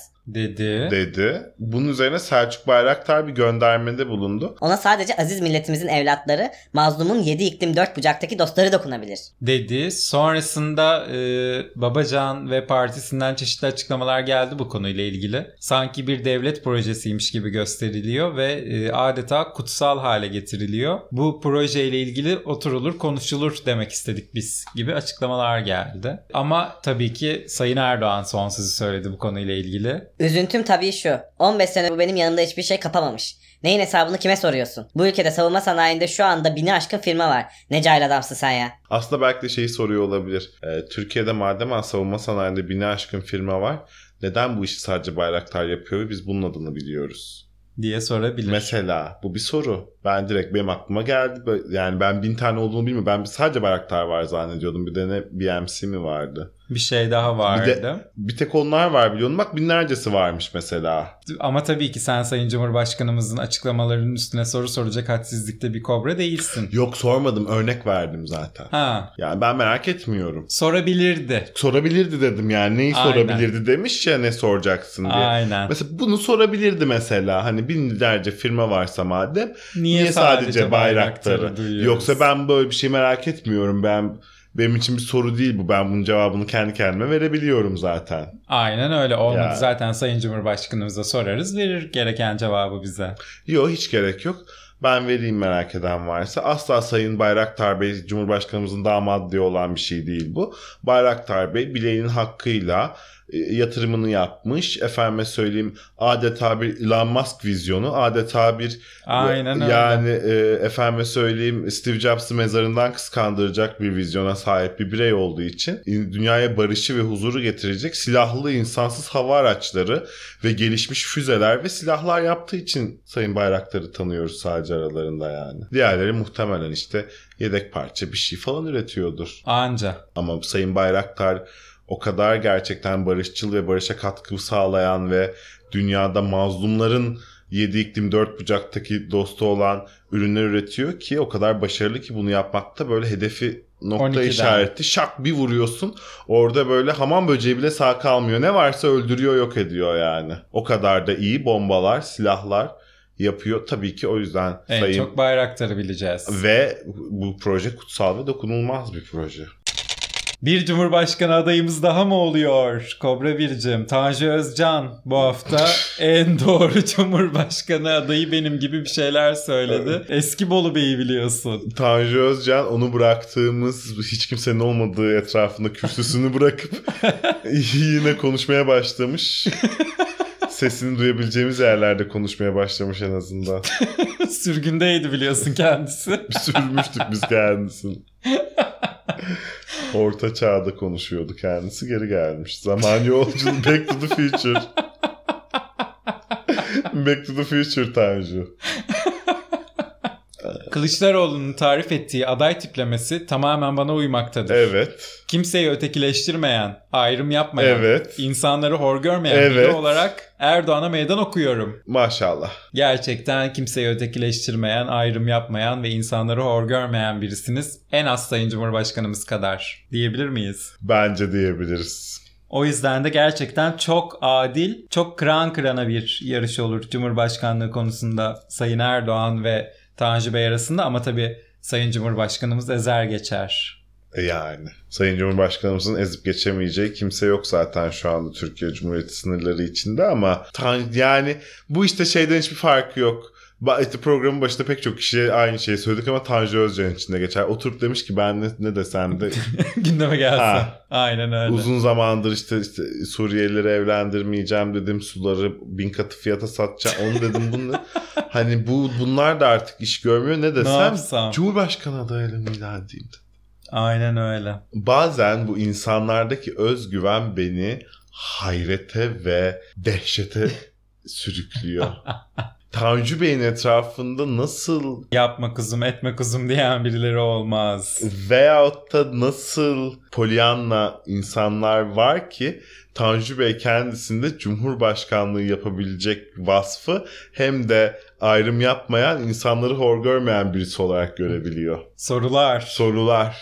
dedi. Bunun üzerine Selçuk Bayraktar bir göndermede bulundu. Ona sadece aziz milletimizin evlatları, mazlumun 7 iklim 4 bucaktaki dostları dokunabilir. Dedi. Sonrasında Babacan ve partisinden çeşitli açıklamalar geldi bu konuyla ilgili. Sanki bir devlet projesiymiş gibi gösteriliyor ve adeta kutsal hale getiriliyor. Bu projeyle ilgili oturulur, konuşulur demek istedik biz gibi açıklamalar geldi. Ama tabii ki Sayın Erdoğan son sözü söyledi bu konuyla ilgili. Üzüntüm tabii şu. 15 sene bu benim yanımda hiçbir şey kapamamış. Neyin hesabını kime soruyorsun? Bu ülkede savunma sanayinde şu anda 1000'i aşkın firma var. Ne cahil adamsın sen ya. Aslında belki de şeyi soruyor olabilir. Türkiye'de madem savunma sanayinde 1000'e aşkın firma var, neden bu işi sadece Bayraktar yapıyor ve biz bunun adını biliyoruz? Diye sorabilir. Mesela bu bir soru. Benim aklıma geldi. Yani ben 1000 tane olduğunu bilmiyorum. Ben sadece Bayraktar var zannediyordum. Bir de ne BMC mi vardı? Bir şey daha vardı. Bir tek onlar var biliyordum. Bak binlercesi varmış mesela. Ama tabii ki sen Sayın Cumhurbaşkanımızın açıklamalarının üstüne soru soracak hadsizlikte bir kobra değilsin. Yok sormadım. Örnek verdim zaten. Yani ben merak etmiyorum. Sorabilirdi dedim yani. Neyi Aynen. sorabilirdi demiş ya, ne soracaksın diye. Aynen. Mesela bunu sorabilirdi mesela. Hani binlerce firma varsa madem. Niye sadece Bayraktar'ı? duyuyoruz? Yoksa ben böyle bir şey merak etmiyorum. Benim için bir soru değil bu. Ben bunun cevabını kendi kendime verebiliyorum zaten. Aynen öyle. Olmadı Ya. zaten Sayın Cumhurbaşkanımıza sorarız. Verir gereken cevabı bize. Yok, hiç gerek yok. Ben vereyim merak eden varsa. Asla Sayın Bayraktar Bey Cumhurbaşkanımızın damadı diye olan bir şey değil bu. Bayraktar Bey bileğinin hakkıyla yatırımını yapmış. Efendime söyleyeyim, adeta bir Elon Musk vizyonu. Adeta bir Aynen öyle. yani efendime söyleyeyim Steve Jobs'ı mezarından kıskandıracak bir vizyona sahip bir birey olduğu için dünyaya barışı ve huzuru getirecek silahlı insansız hava araçları ve gelişmiş füzeler ve silahlar yaptığı için Sayın Bayraktar'ı tanıyoruz sadece aralarında yani. Diğerleri muhtemelen işte yedek parça bir şey falan üretiyordur. Anca. Ama Sayın Bayraktar o kadar gerçekten barışçıl ve barışa katkı sağlayan ve dünyada mazlumların 7 iklim 4 bucaktaki dostu olan ürünler üretiyor ki o kadar başarılı ki bunu yapmakta böyle hedefi nokta 12'den. işareti şak bir vuruyorsun. Orada böyle hamam böceği bile sağ kalmıyor. Ne varsa öldürüyor, yok ediyor yani. O kadar da iyi bombalar, silahlar yapıyor. Tabii ki o yüzden En çok Bayraktar'ı bileceğiz. Ve bu proje kutsal ve dokunulmaz bir proje. Bir Cumhurbaşkanı adayımız daha mı oluyor? Kobra Bircim, Tanju Özcan bu hafta en doğru Cumhurbaşkanı adayı benim gibi bir şeyler söyledi. Eski Bolu Bey'i biliyorsun. Tanju Özcan onu bıraktığımız, hiç kimsenin olmadığı etrafında kürsüsünü bırakıp yine konuşmaya başlamış. Sesini duyabileceğimiz yerlerde konuşmaya başlamış en azından. Sürgündeydi biliyorsun kendisi. Sürmüştük biz kendisini. Orta çağda konuşuyordu kendisi, geri gelmiş. Zaman yolculuğu, Back to the Future. Back to the Future Tanju. Kılıçdaroğlu'nun tarif ettiği aday tiplemesi tamamen bana uymaktadır. Evet. Kimseyi ötekileştirmeyen, ayrım yapmayan, Evet. insanları hor görmeyen biri olarak Erdoğan'a meydan okuyorum. Maşallah. Gerçekten kimseyi ötekileştirmeyen, ayrım yapmayan ve insanları hor görmeyen birisiniz. En az Sayın Cumhurbaşkanımız kadar diyebilir miyiz? Bence diyebiliriz. O yüzden de gerçekten çok adil, çok kıran kırana bir yarış olur Cumhurbaşkanlığı konusunda Sayın Erdoğan ve Tanju Bey arasında, ama tabii Sayın Cumhurbaşkanımız ezer geçer. Yani Sayın Cumhurbaşkanımızın ezip geçemeyeceği kimse yok zaten şu anda Türkiye Cumhuriyeti sınırları içinde, ama yani bu işte şeyden hiçbir farkı yok. İşte programın başında pek çok kişiye aynı şeyi söyledik ama Tanju Özcan için de geçer. Oturup demiş ki ben ne desem de gündeme gelsin. Aynen öyle. Uzun zamandır işte Suriyelileri evlendirmeyeceğim dedim. Suları 1000 katı fiyata satacağım. Onu dedim bunu. Hani bunlar da artık iş görmüyor. Ne desem Cumhurbaşkanı adaylığımı ilan edeyim. Aynen öyle. Bazen bu insanlardaki özgüven beni hayrete ve dehşete sürüklüyor. Tanju Bey'in etrafında nasıl yapma kuzum etme kuzum diyen birileri olmaz. Veyahut da nasıl Pollyanna insanlar var ki Tanju Bey kendisinde Cumhurbaşkanlığı yapabilecek vasfı hem de ayrım yapmayan, insanları hor görmeyen birisi olarak görebiliyor. Sorular.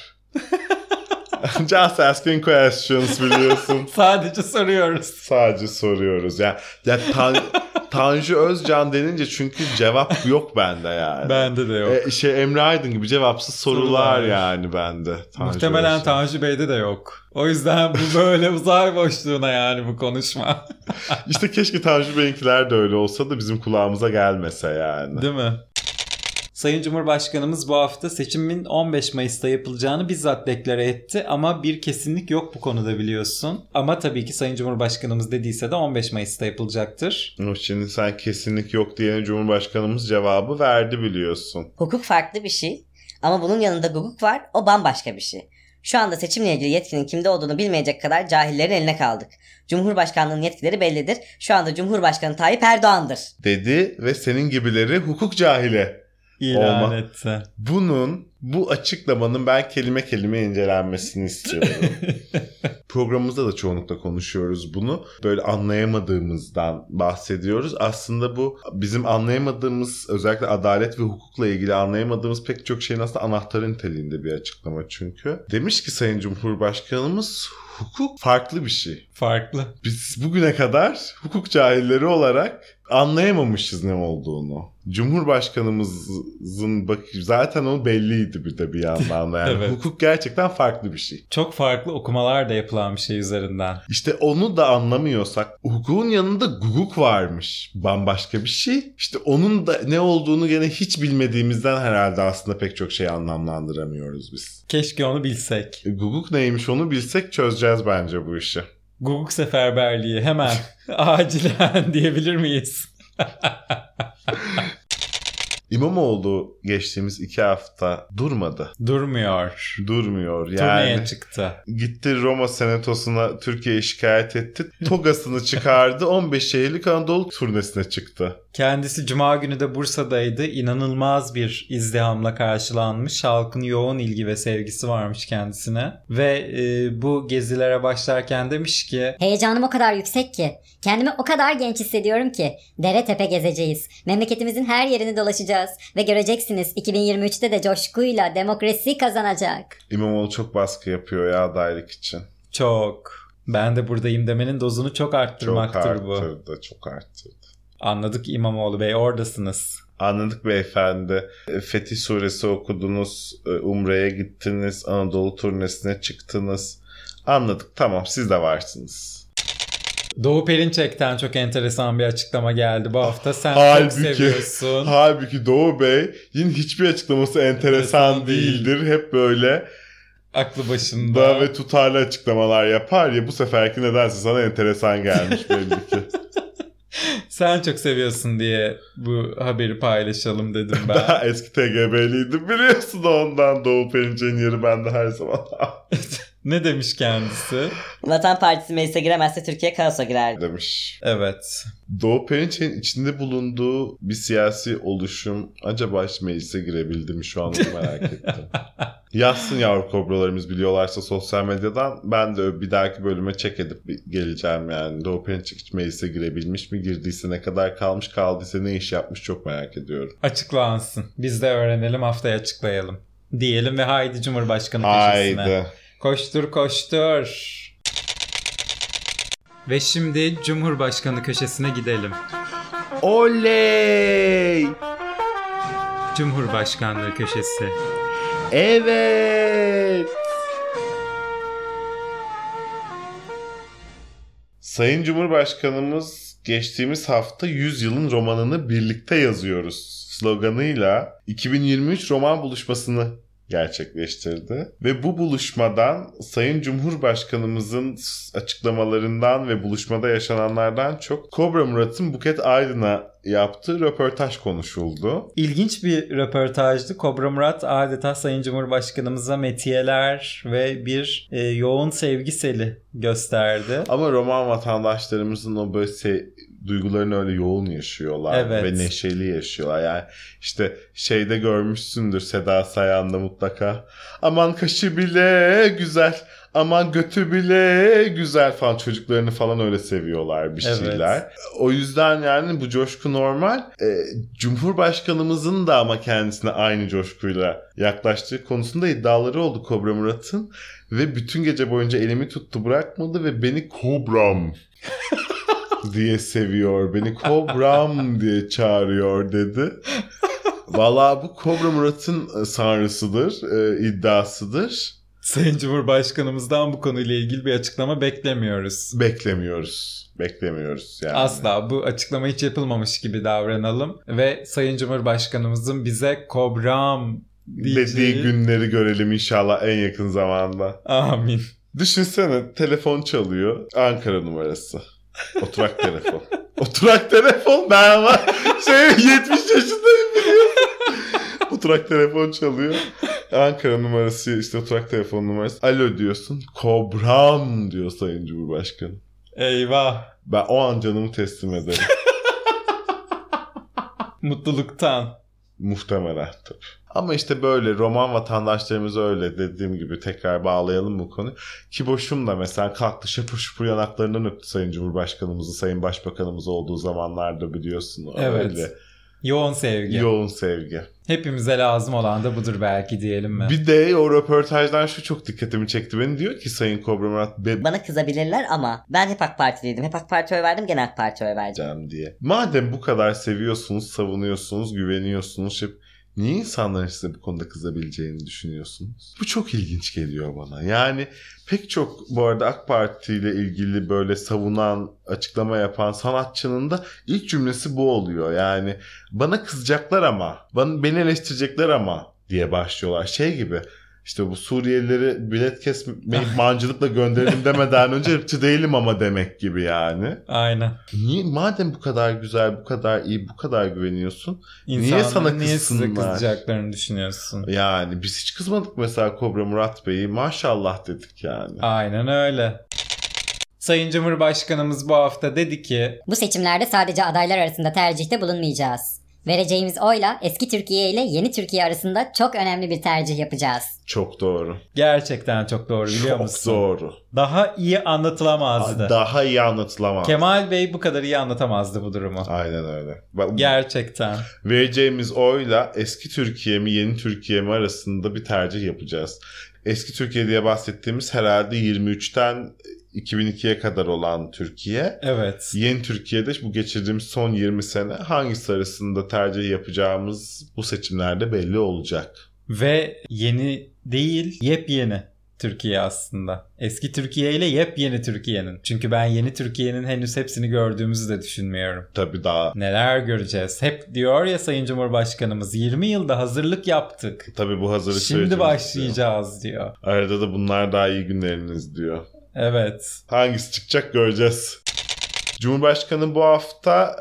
Just asking questions biliyorsun. Sadece soruyoruz. Ya Tanju Özcan denince çünkü cevap yok bende yani. Bende de yok. Emre Aydın gibi cevapsız sorular yani bende. Muhtemelen Tanju Bey'de de yok. O yüzden bu böyle uzay boşluğuna yani bu konuşma. İşte keşke Tanju Bey'inkiler de öyle olsa da bizim kulağımıza gelmese yani. Değil mi? Sayın Cumhurbaşkanımız bu hafta seçimin 15 Mayıs'ta yapılacağını bizzat deklare etti ama bir kesinlik yok bu konuda biliyorsun. Ama tabii ki Sayın Cumhurbaşkanımız dediyse de 15 Mayıs'ta yapılacaktır. Şimdi sen kesinlik yok diyene Cumhurbaşkanımız cevabı verdi biliyorsun. Hukuk farklı bir şey ama bunun yanında hukuk var, o bambaşka bir şey. Şu anda seçimle ilgili yetkinin kimde olduğunu bilmeyecek kadar cahillerin eline kaldık. Cumhurbaşkanlığının yetkileri bellidir. Şu anda Cumhurbaşkanı Tayyip Erdoğan'dır. Dedi ve senin gibileri hukuk cahili İlan etti. Bu açıklamanın ben kelime kelime incelenmesini istiyorum. Programımızda da çoğunlukla konuşuyoruz bunu. Böyle anlayamadığımızdan bahsediyoruz. Aslında bu bizim anlayamadığımız, özellikle adalet ve hukukla ilgili anlayamadığımız pek çok şeyin aslında anahtarı niteliğinde bir açıklama çünkü. Demiş ki Sayın Cumhurbaşkanımız, hukuk farklı bir şey. Farklı. Biz bugüne kadar hukuk cahilleri olarak anlayamamışız ne olduğunu. Cumhurbaşkanımızın zaten o belliydi bir yandan da yani. Evet. Hukuk gerçekten farklı bir şey. Çok farklı okumalar da yapılan bir şey üzerinden. İşte onu da anlamıyorsak, hukukun yanında hukuk varmış. Bambaşka bir şey. İşte onun da ne olduğunu gene hiç bilmediğimizden herhalde aslında pek çok şey anlamlandıramıyoruz biz. Keşke onu bilsek. Hukuk neymiş onu bilsek çözeceğiz bence bu işi. Hukuk seferberliği hemen acilen diyebilir miyiz? İmamoğlu geçtiğimiz 2 hafta durmadı. Durmuyor. Yani turneye çıktı. Gitti Roma Senatosu'na Türkiye'yi şikayet etti. Togasını çıkardı. 15 şehirlik Anadolu turnesine çıktı. Kendisi Cuma günü de Bursa'daydı. İnanılmaz bir izdihamla karşılanmış. Halkın yoğun ilgi ve sevgisi varmış kendisine. Ve bu gezilere başlarken demiş ki... Heyecanım o kadar yüksek ki. Kendimi o kadar genç hissediyorum ki. Dere tepe gezeceğiz. Memleketimizin her yerini dolaşacağız. Ve göreceksiniz 2023'te de coşkuyla demokrasi kazanacak. İmamoğlu çok baskı yapıyor ya adaylık için. Çok. Ben de buradayım demenin dozunu çok arttırmaktır bu. Çok arttırdı. Anladık İmamoğlu Bey, oradasınız. Anladık beyefendi. Fetih Suresi okudunuz, Umre'ye gittiniz, Anadolu turnesine çıktınız. Anladık, tamam, siz de varsınız. Doğu Perinçek'ten çok enteresan bir açıklama geldi bu hafta. Sen çok seviyorsun. Halbuki Doğu Bey yine hiçbir açıklaması enteresan değildir. Hep böyle aklı başında ve tutarlı açıklamalar yapar ya, bu seferki nedense sana enteresan gelmiş belli ki. Sen çok seviyorsun diye bu haberi paylaşalım dedim ben. Daha eski TGB'liydim biliyorsun, ondan Doğu Perinçek'in yeri bende her zaman. Ne demiş kendisi? Vatan Partisi meclise giremezse Türkiye kaosa girer demiş. Evet. Doğu Perinçek'in içinde bulunduğu bir siyasi oluşum acaba meclise girebildi mi, şu an onu merak ettim. Yazsın yavru kobralarımız, biliyorlarsa sosyal medyadan. Ben de bir dahaki bölüme check edip geleceğim yani. Doğu Perinçek hiç meclise girebilmiş mi? Girdiyse ne kadar kalmış, kaldıysa ne iş yapmış, çok merak ediyorum. Açıklansın. Biz de öğrenelim, haftaya açıklayalım. Diyelim ve haydi Cumhurbaşkanı köşesine. Haydi. Koştur koştur. Ve şimdi Cumhurbaşkanı köşesine gidelim. Oley! Cumhurbaşkanlığı köşesi. Evet! Sayın Cumhurbaşkanımız geçtiğimiz hafta 100 yılın romanını birlikte yazıyoruz sloganıyla 2023 roman buluşmasını gerçekleştirdi. Ve bu buluşmadan Sayın Cumhurbaşkanımızın açıklamalarından ve buluşmada yaşananlardan çok Kobra Murat'ın Buket Aydın'a yaptığı röportaj konuşuldu. İlginç bir röportajdı. Kobra Murat adeta Sayın Cumhurbaşkanımıza metiyeler ve bir yoğun sevgi seli gösterdi. Ama roman vatandaşlarımızın o böyle duygularını öyle yoğun yaşıyorlar. Evet. Ve neşeli yaşıyorlar. Yani işte şeyde görmüşsündür Seda Sayan'da mutlaka. Aman kaşı bile güzel, aman götü bile güzel falan, çocuklarını falan öyle seviyorlar bir şeyler. Evet. O yüzden yani bu coşku normal. Cumhurbaşkanımızın da ama kendisine aynı coşkuyla yaklaştığı konusunda iddiaları oldu Kobra Murat'ın. Ve bütün gece boyunca elimi tuttu bırakmadı ve beni Kobram diye seviyor. Beni Kobram diye çağırıyor dedi. Vallahi bu Kobra Murat'ın sanrısıdır, iddiasıdır. Sayın Cumhurbaşkanımızdan bu konuyla ilgili bir açıklama beklemiyoruz. Beklemiyoruz yani. Asla bu açıklama hiç yapılmamış gibi davranalım. Ve Sayın Cumhurbaşkanımızın bize Kobram dediği günleri görelim inşallah en yakın zamanda. Amin. Düşünsene, telefon çalıyor. Ankara numarası. Oturak telefon. Oturak telefon, ben ama 70 yaşındayım biliyorsun. Oturak telefon çalıyor. Ankara numarası, işte oturak telefon numarası. Alo diyorsun. Kobram diyor Sayın Cumhurbaşkanı. Eyvah. Ben o an canımı teslim ederim. Mutluluktan. Muhtemelen tabii. Ama işte böyle roman vatandaşlarımız öyle, dediğim gibi tekrar bağlayalım bu konuyu. Kiboş'um da mesela kalktı şapur şupur yanaklarından öptü Sayın Cumhurbaşkanımızı, Sayın Başbakanımız olduğu zamanlarda, biliyorsun. Evet. Öyle. Yoğun sevgi. Yoğun sevgi. Hepimize lazım olan da budur belki, diyelim mi? Bir de o röportajdan şu çok dikkatimi çekti. Beni diyor ki Sayın Kobra Murat Bana kızabilirler ama ben hep AK Partiliydim. Hep AK Parti oy verdim, gene AK Parti oy vereceğim diye. Madem bu kadar seviyorsunuz, savunuyorsunuz, güveniyorsunuz, hep niye insanların size bu konuda kızabileceğini düşünüyorsunuz? Bu çok ilginç geliyor bana. Yani pek çok bu arada AK Parti ile ilgili böyle savunan, açıklama yapan sanatçının da ilk cümlesi bu oluyor. Yani bana kızacaklar ama, beni eleştirecekler ama diye başlıyorlar. Şey gibi, işte bu Suriyelileri bilet kesmeyip mancılıkla gönderelim demeden önce ırkçı değilim ama demek gibi yani. Aynen. Niye, madem bu kadar güzel, bu kadar iyi, bu kadar güveniyorsun, İnsanların niye sana niye size kızsınlar? kızacaklarını düşünüyorsun? Yani biz hiç kızmadık mesela Kobra Murat Bey'i, maşallah dedik yani. Aynen öyle. Sayın Cumhurbaşkanımız bu hafta dedi ki, Bu seçimlerde sadece adaylar arasında tercihte bulunmayacağız. Vereceğimiz oyla eski Türkiye ile yeni Türkiye arasında çok önemli bir tercih yapacağız. Çok doğru. Gerçekten çok doğru, biliyor musun? Çok doğru. Daha iyi anlatılamazdı. Daha iyi anlatılamaz. Kemal Bey bu kadar iyi anlatamazdı bu durumu. Aynen öyle. Gerçekten. Vereceğimiz oyla eski Türkiye mi yeni Türkiye mi arasında bir tercih yapacağız. Eski Türkiye diye bahsettiğimiz herhalde 23'ten 2002'ye kadar olan Türkiye. Evet. Yeni Türkiye'de bu geçirdiğimiz son 20 sene hangisi arasında tercih yapacağımız bu seçimlerde belli olacak. Ve yeni değil, yepyeni Türkiye aslında. Eski Türkiye ile yepyeni Türkiye'nin. Çünkü ben yeni Türkiye'nin henüz hepsini gördüğümüzü de düşünmüyorum. Tabii daha. Neler göreceğiz? Hep diyor ya Sayın Cumhurbaşkanımız, 20 yılda hazırlık yaptık. Tabii bu hazırlık Şimdi sürecimiz başlayacağız diyor. Arada da bunlar daha iyi günleriniz diyor. Evet. Hangisi çıkacak göreceğiz. Cumhurbaşkanı bu hafta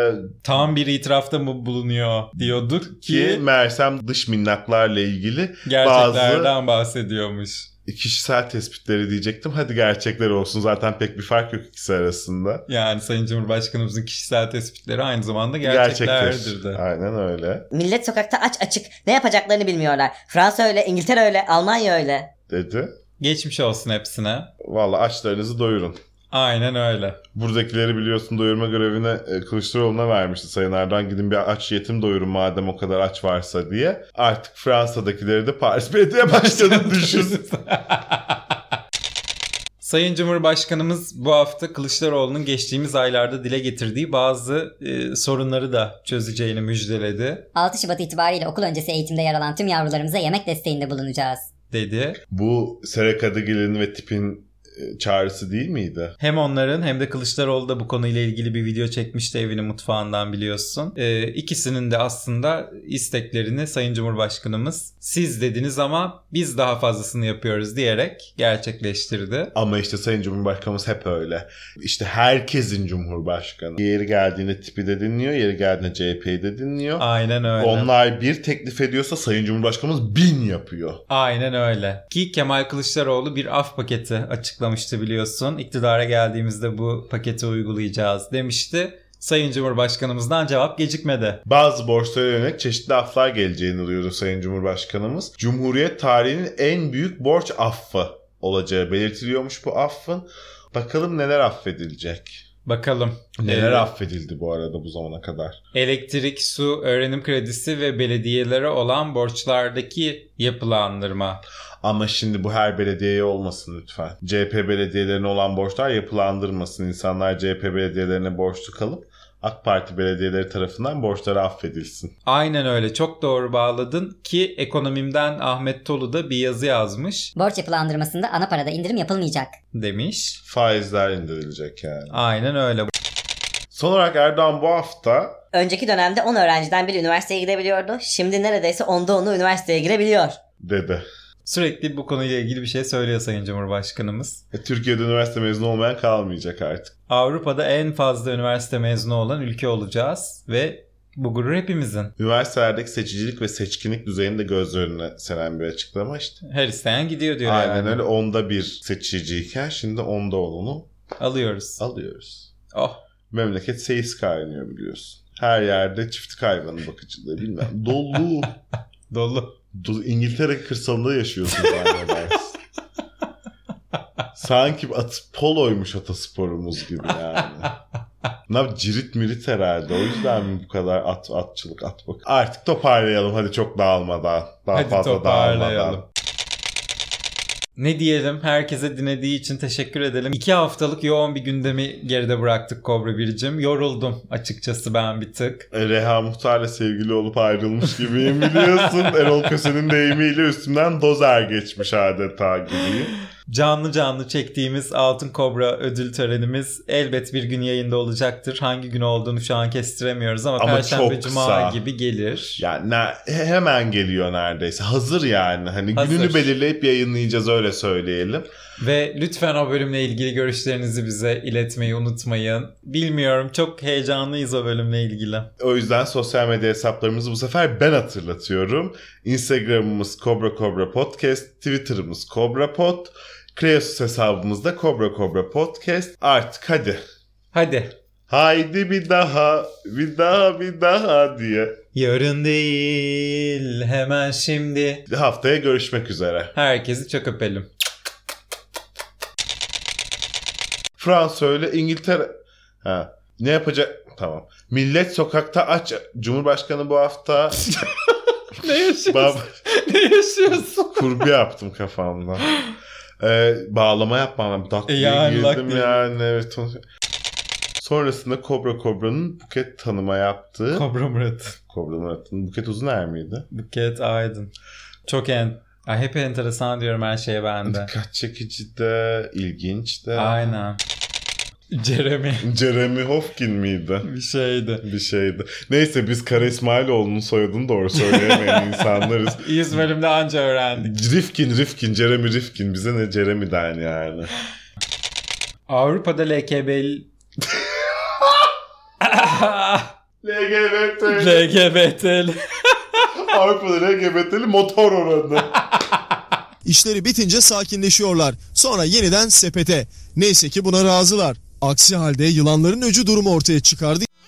tam bir itirafta mı bulunuyor diyorduk ki Mersem dış minnaklarla ilgili gerçeklerden bahsediyormuş. Kişisel tespitleri diyecektim. Hadi gerçekler olsun. Zaten pek bir fark yok ikisi arasında. Yani Sayın Cumhurbaşkanımızın kişisel tespitleri aynı zamanda gerçeklerdir de. Aynen öyle. Millet sokakta aç açık. Ne yapacaklarını bilmiyorlar. Fransa öyle, İngiltere öyle, Almanya öyle. Dedi. Geçmiş olsun hepsine. Vallahi açlarınızı doyurun. Aynen öyle. Buradakileri biliyorsun doyurma görevine Kılıçdaroğlu'na vermişti Sayın Erdoğan. Gidin bir aç yetim doyurun madem o kadar aç varsa diye. Artık Fransa'dakileri de Paris Belediye Başkanı düşün. Sayın Cumhurbaşkanımız bu hafta Kılıçdaroğlu'nun geçtiğimiz aylarda dile getirdiği bazı sorunları da çözeceğini müjdeledi 6 Şubat itibariyle okul öncesi eğitimde yer alan tüm yavrularımıza yemek desteğinde bulunacağız. dedi. Bu Sera Kadıgil'in ve tipin çağrısı değil miydi? Hem onların hem de Kılıçdaroğlu da bu konuyla ilgili bir video çekmişti evinin mutfağından biliyorsun. İkisinin de aslında isteklerini Sayın Cumhurbaşkanımız siz dediniz ama biz daha fazlasını yapıyoruz diyerek gerçekleştirdi. Ama işte Sayın Cumhurbaşkanımız hep öyle. İşte herkesin Cumhurbaşkanı. Yeri geldiğinde tipi de dinliyor, yeri geldiğinde CHP'yi de dinliyor. Aynen öyle. Onlar bir teklif ediyorsa Sayın Cumhurbaşkanımız 1000 yapıyor. Aynen öyle. Ki Kemal Kılıçdaroğlu bir af paketi açıklamıştı biliyorsun. İktidara geldiğimizde bu paketi uygulayacağız demişti. Sayın Cumhurbaşkanımızdan cevap gecikmedi. Bazı borçlara yönelik çeşitli afflar geleceğini duyurdu Sayın Cumhurbaşkanımız. Cumhuriyet tarihinin en büyük borç affı olacağı belirtiliyormuş bu affın. Bakalım neler affedilecek. Bakalım. Neler affedildi bu arada bu zamana kadar? Elektrik, su, öğrenim kredisi ve belediyelere olan borçlardaki yapılandırma. Ama şimdi bu her belediyeye olmasın lütfen. CHP belediyelerine olan borçlar yapılandırmasın. İnsanlar CHP belediyelerine borçlu kalıp AK Parti belediyeleri tarafından borçları affedilsin. Aynen öyle. Çok doğru bağladın ki Ekonomim'den Ahmet Tolu da bir yazı yazmış. Borç yapılandırmasında ana parada indirim yapılmayacak. Demiş. Faizler indirilecek yani. Aynen öyle. Son olarak Erdoğan bu hafta Önceki dönemde 10 öğrenciden biri üniversiteye gidebiliyordu. Şimdi neredeyse 10'da 10'u üniversiteye girebiliyor. dedi. Sürekli bu konuyla ilgili bir şey söylüyor Sayın Cumhurbaşkanımız. Türkiye'de üniversite mezunu olmayan kalmayacak artık. Avrupa'da en fazla üniversite mezunu olan ülke olacağız ve bu gurur hepimizin. Üniversitelerdeki seçicilik ve seçkinlik düzeyini de göz önüne seren bir açıklama işte. Her isteyen gidiyor diyor Aynen yani. öyle. 10'da 1 seçiciyken şimdi 10'da 10'unu Alıyoruz. alıyoruz. Oh. Memleket seyis kaynıyor biliyorsun. Her yerde çiftlik hayvanı bakıcılığı bilmem. Dolu. Dolu. İngiltere kırsalında yaşıyorsun zannedersin. Sanki poloymuş atasporumuz gibi yani. Ne yap, cirit mirit herhalde. O yüzden mi bu kadar atçılık at bak. Artık toparlayalım hadi çok dağılmadan. Daha Hadi fazla toparlayalım. dağılmadan. Ne diyelim? Herkese dinlediği için teşekkür edelim. 2 haftalık yoğun bir gündemi geride bıraktık Kobra 1'cim. Yoruldum açıkçası ben bir tık. Reha Muhtar'la sevgili olup ayrılmış gibiyim biliyorsun. Erol Köse'nin deyimiyle üstümden dozer geçmiş adeta gibiyim. Canlı canlı çektiğimiz Altın Kobra ödül törenimiz elbet bir gün yayında olacaktır. Hangi gün olduğunu şu an kestiremiyoruz ama Perşembe çok Cuma kısa gibi gelir. Yani hemen geliyor neredeyse. Hazır yani. Hani Hazır. gününü belirleyip yayınlayacağız öyle söyleyelim. Ve lütfen o bölümle ilgili görüşlerinizi bize iletmeyi unutmayın. Bilmiyorum, çok heyecanlıyız o bölümle ilgili. O yüzden sosyal medya hesaplarımızı bu sefer ben hatırlatıyorum. Instagram'ımız Kobra Kobra Podcast, Twitter'ımız Kobra Pod, Kreasus hesabımızda Kobra Kobra Podcast. Artık hadi. Hadi. Haydi bir daha diye. Yarın değil, hemen şimdi. Haftaya görüşmek üzere. Herkesi çok öpelim. Fransa öyle, İngiltere... Ha, ne yapacak? Tamam. Millet sokakta aç. Cumhurbaşkanı bu hafta... Ne yaşıyorsun? Ne yaşıyorsun? Kurgu yaptım kafamda. Bağlama yapmam. Yani girdim yani. Evet. Sonrasında Kobra Kobra'nın Buket Hanım'a yaptığı... Kobra Murat. Kobra Murat'ın. Buket Uzuner miydi? Buket Aydın. Çok hep enteresan diyorum her şeye bende. Dikkat çekici de, ilginç de. Aynen. Jeremy Hofkin miydi? Bir şeydi. Neyse biz Kara İsmailoğlu'nun soyadını doğru söyleyemeyen insanlarız. 100 bölümde anca öğrendik. Jeremy Rifkin. Bize ne Jeremy'den yani. Avrupa'da LGBT LGBT'li Avrupa'da LGBT'li motor oranı. İşleri bitince sakinleşiyorlar. Sonra yeniden sepete. Neyse ki buna razılar. Aksi halde yılanların öcü durumu ortaya çıkardı.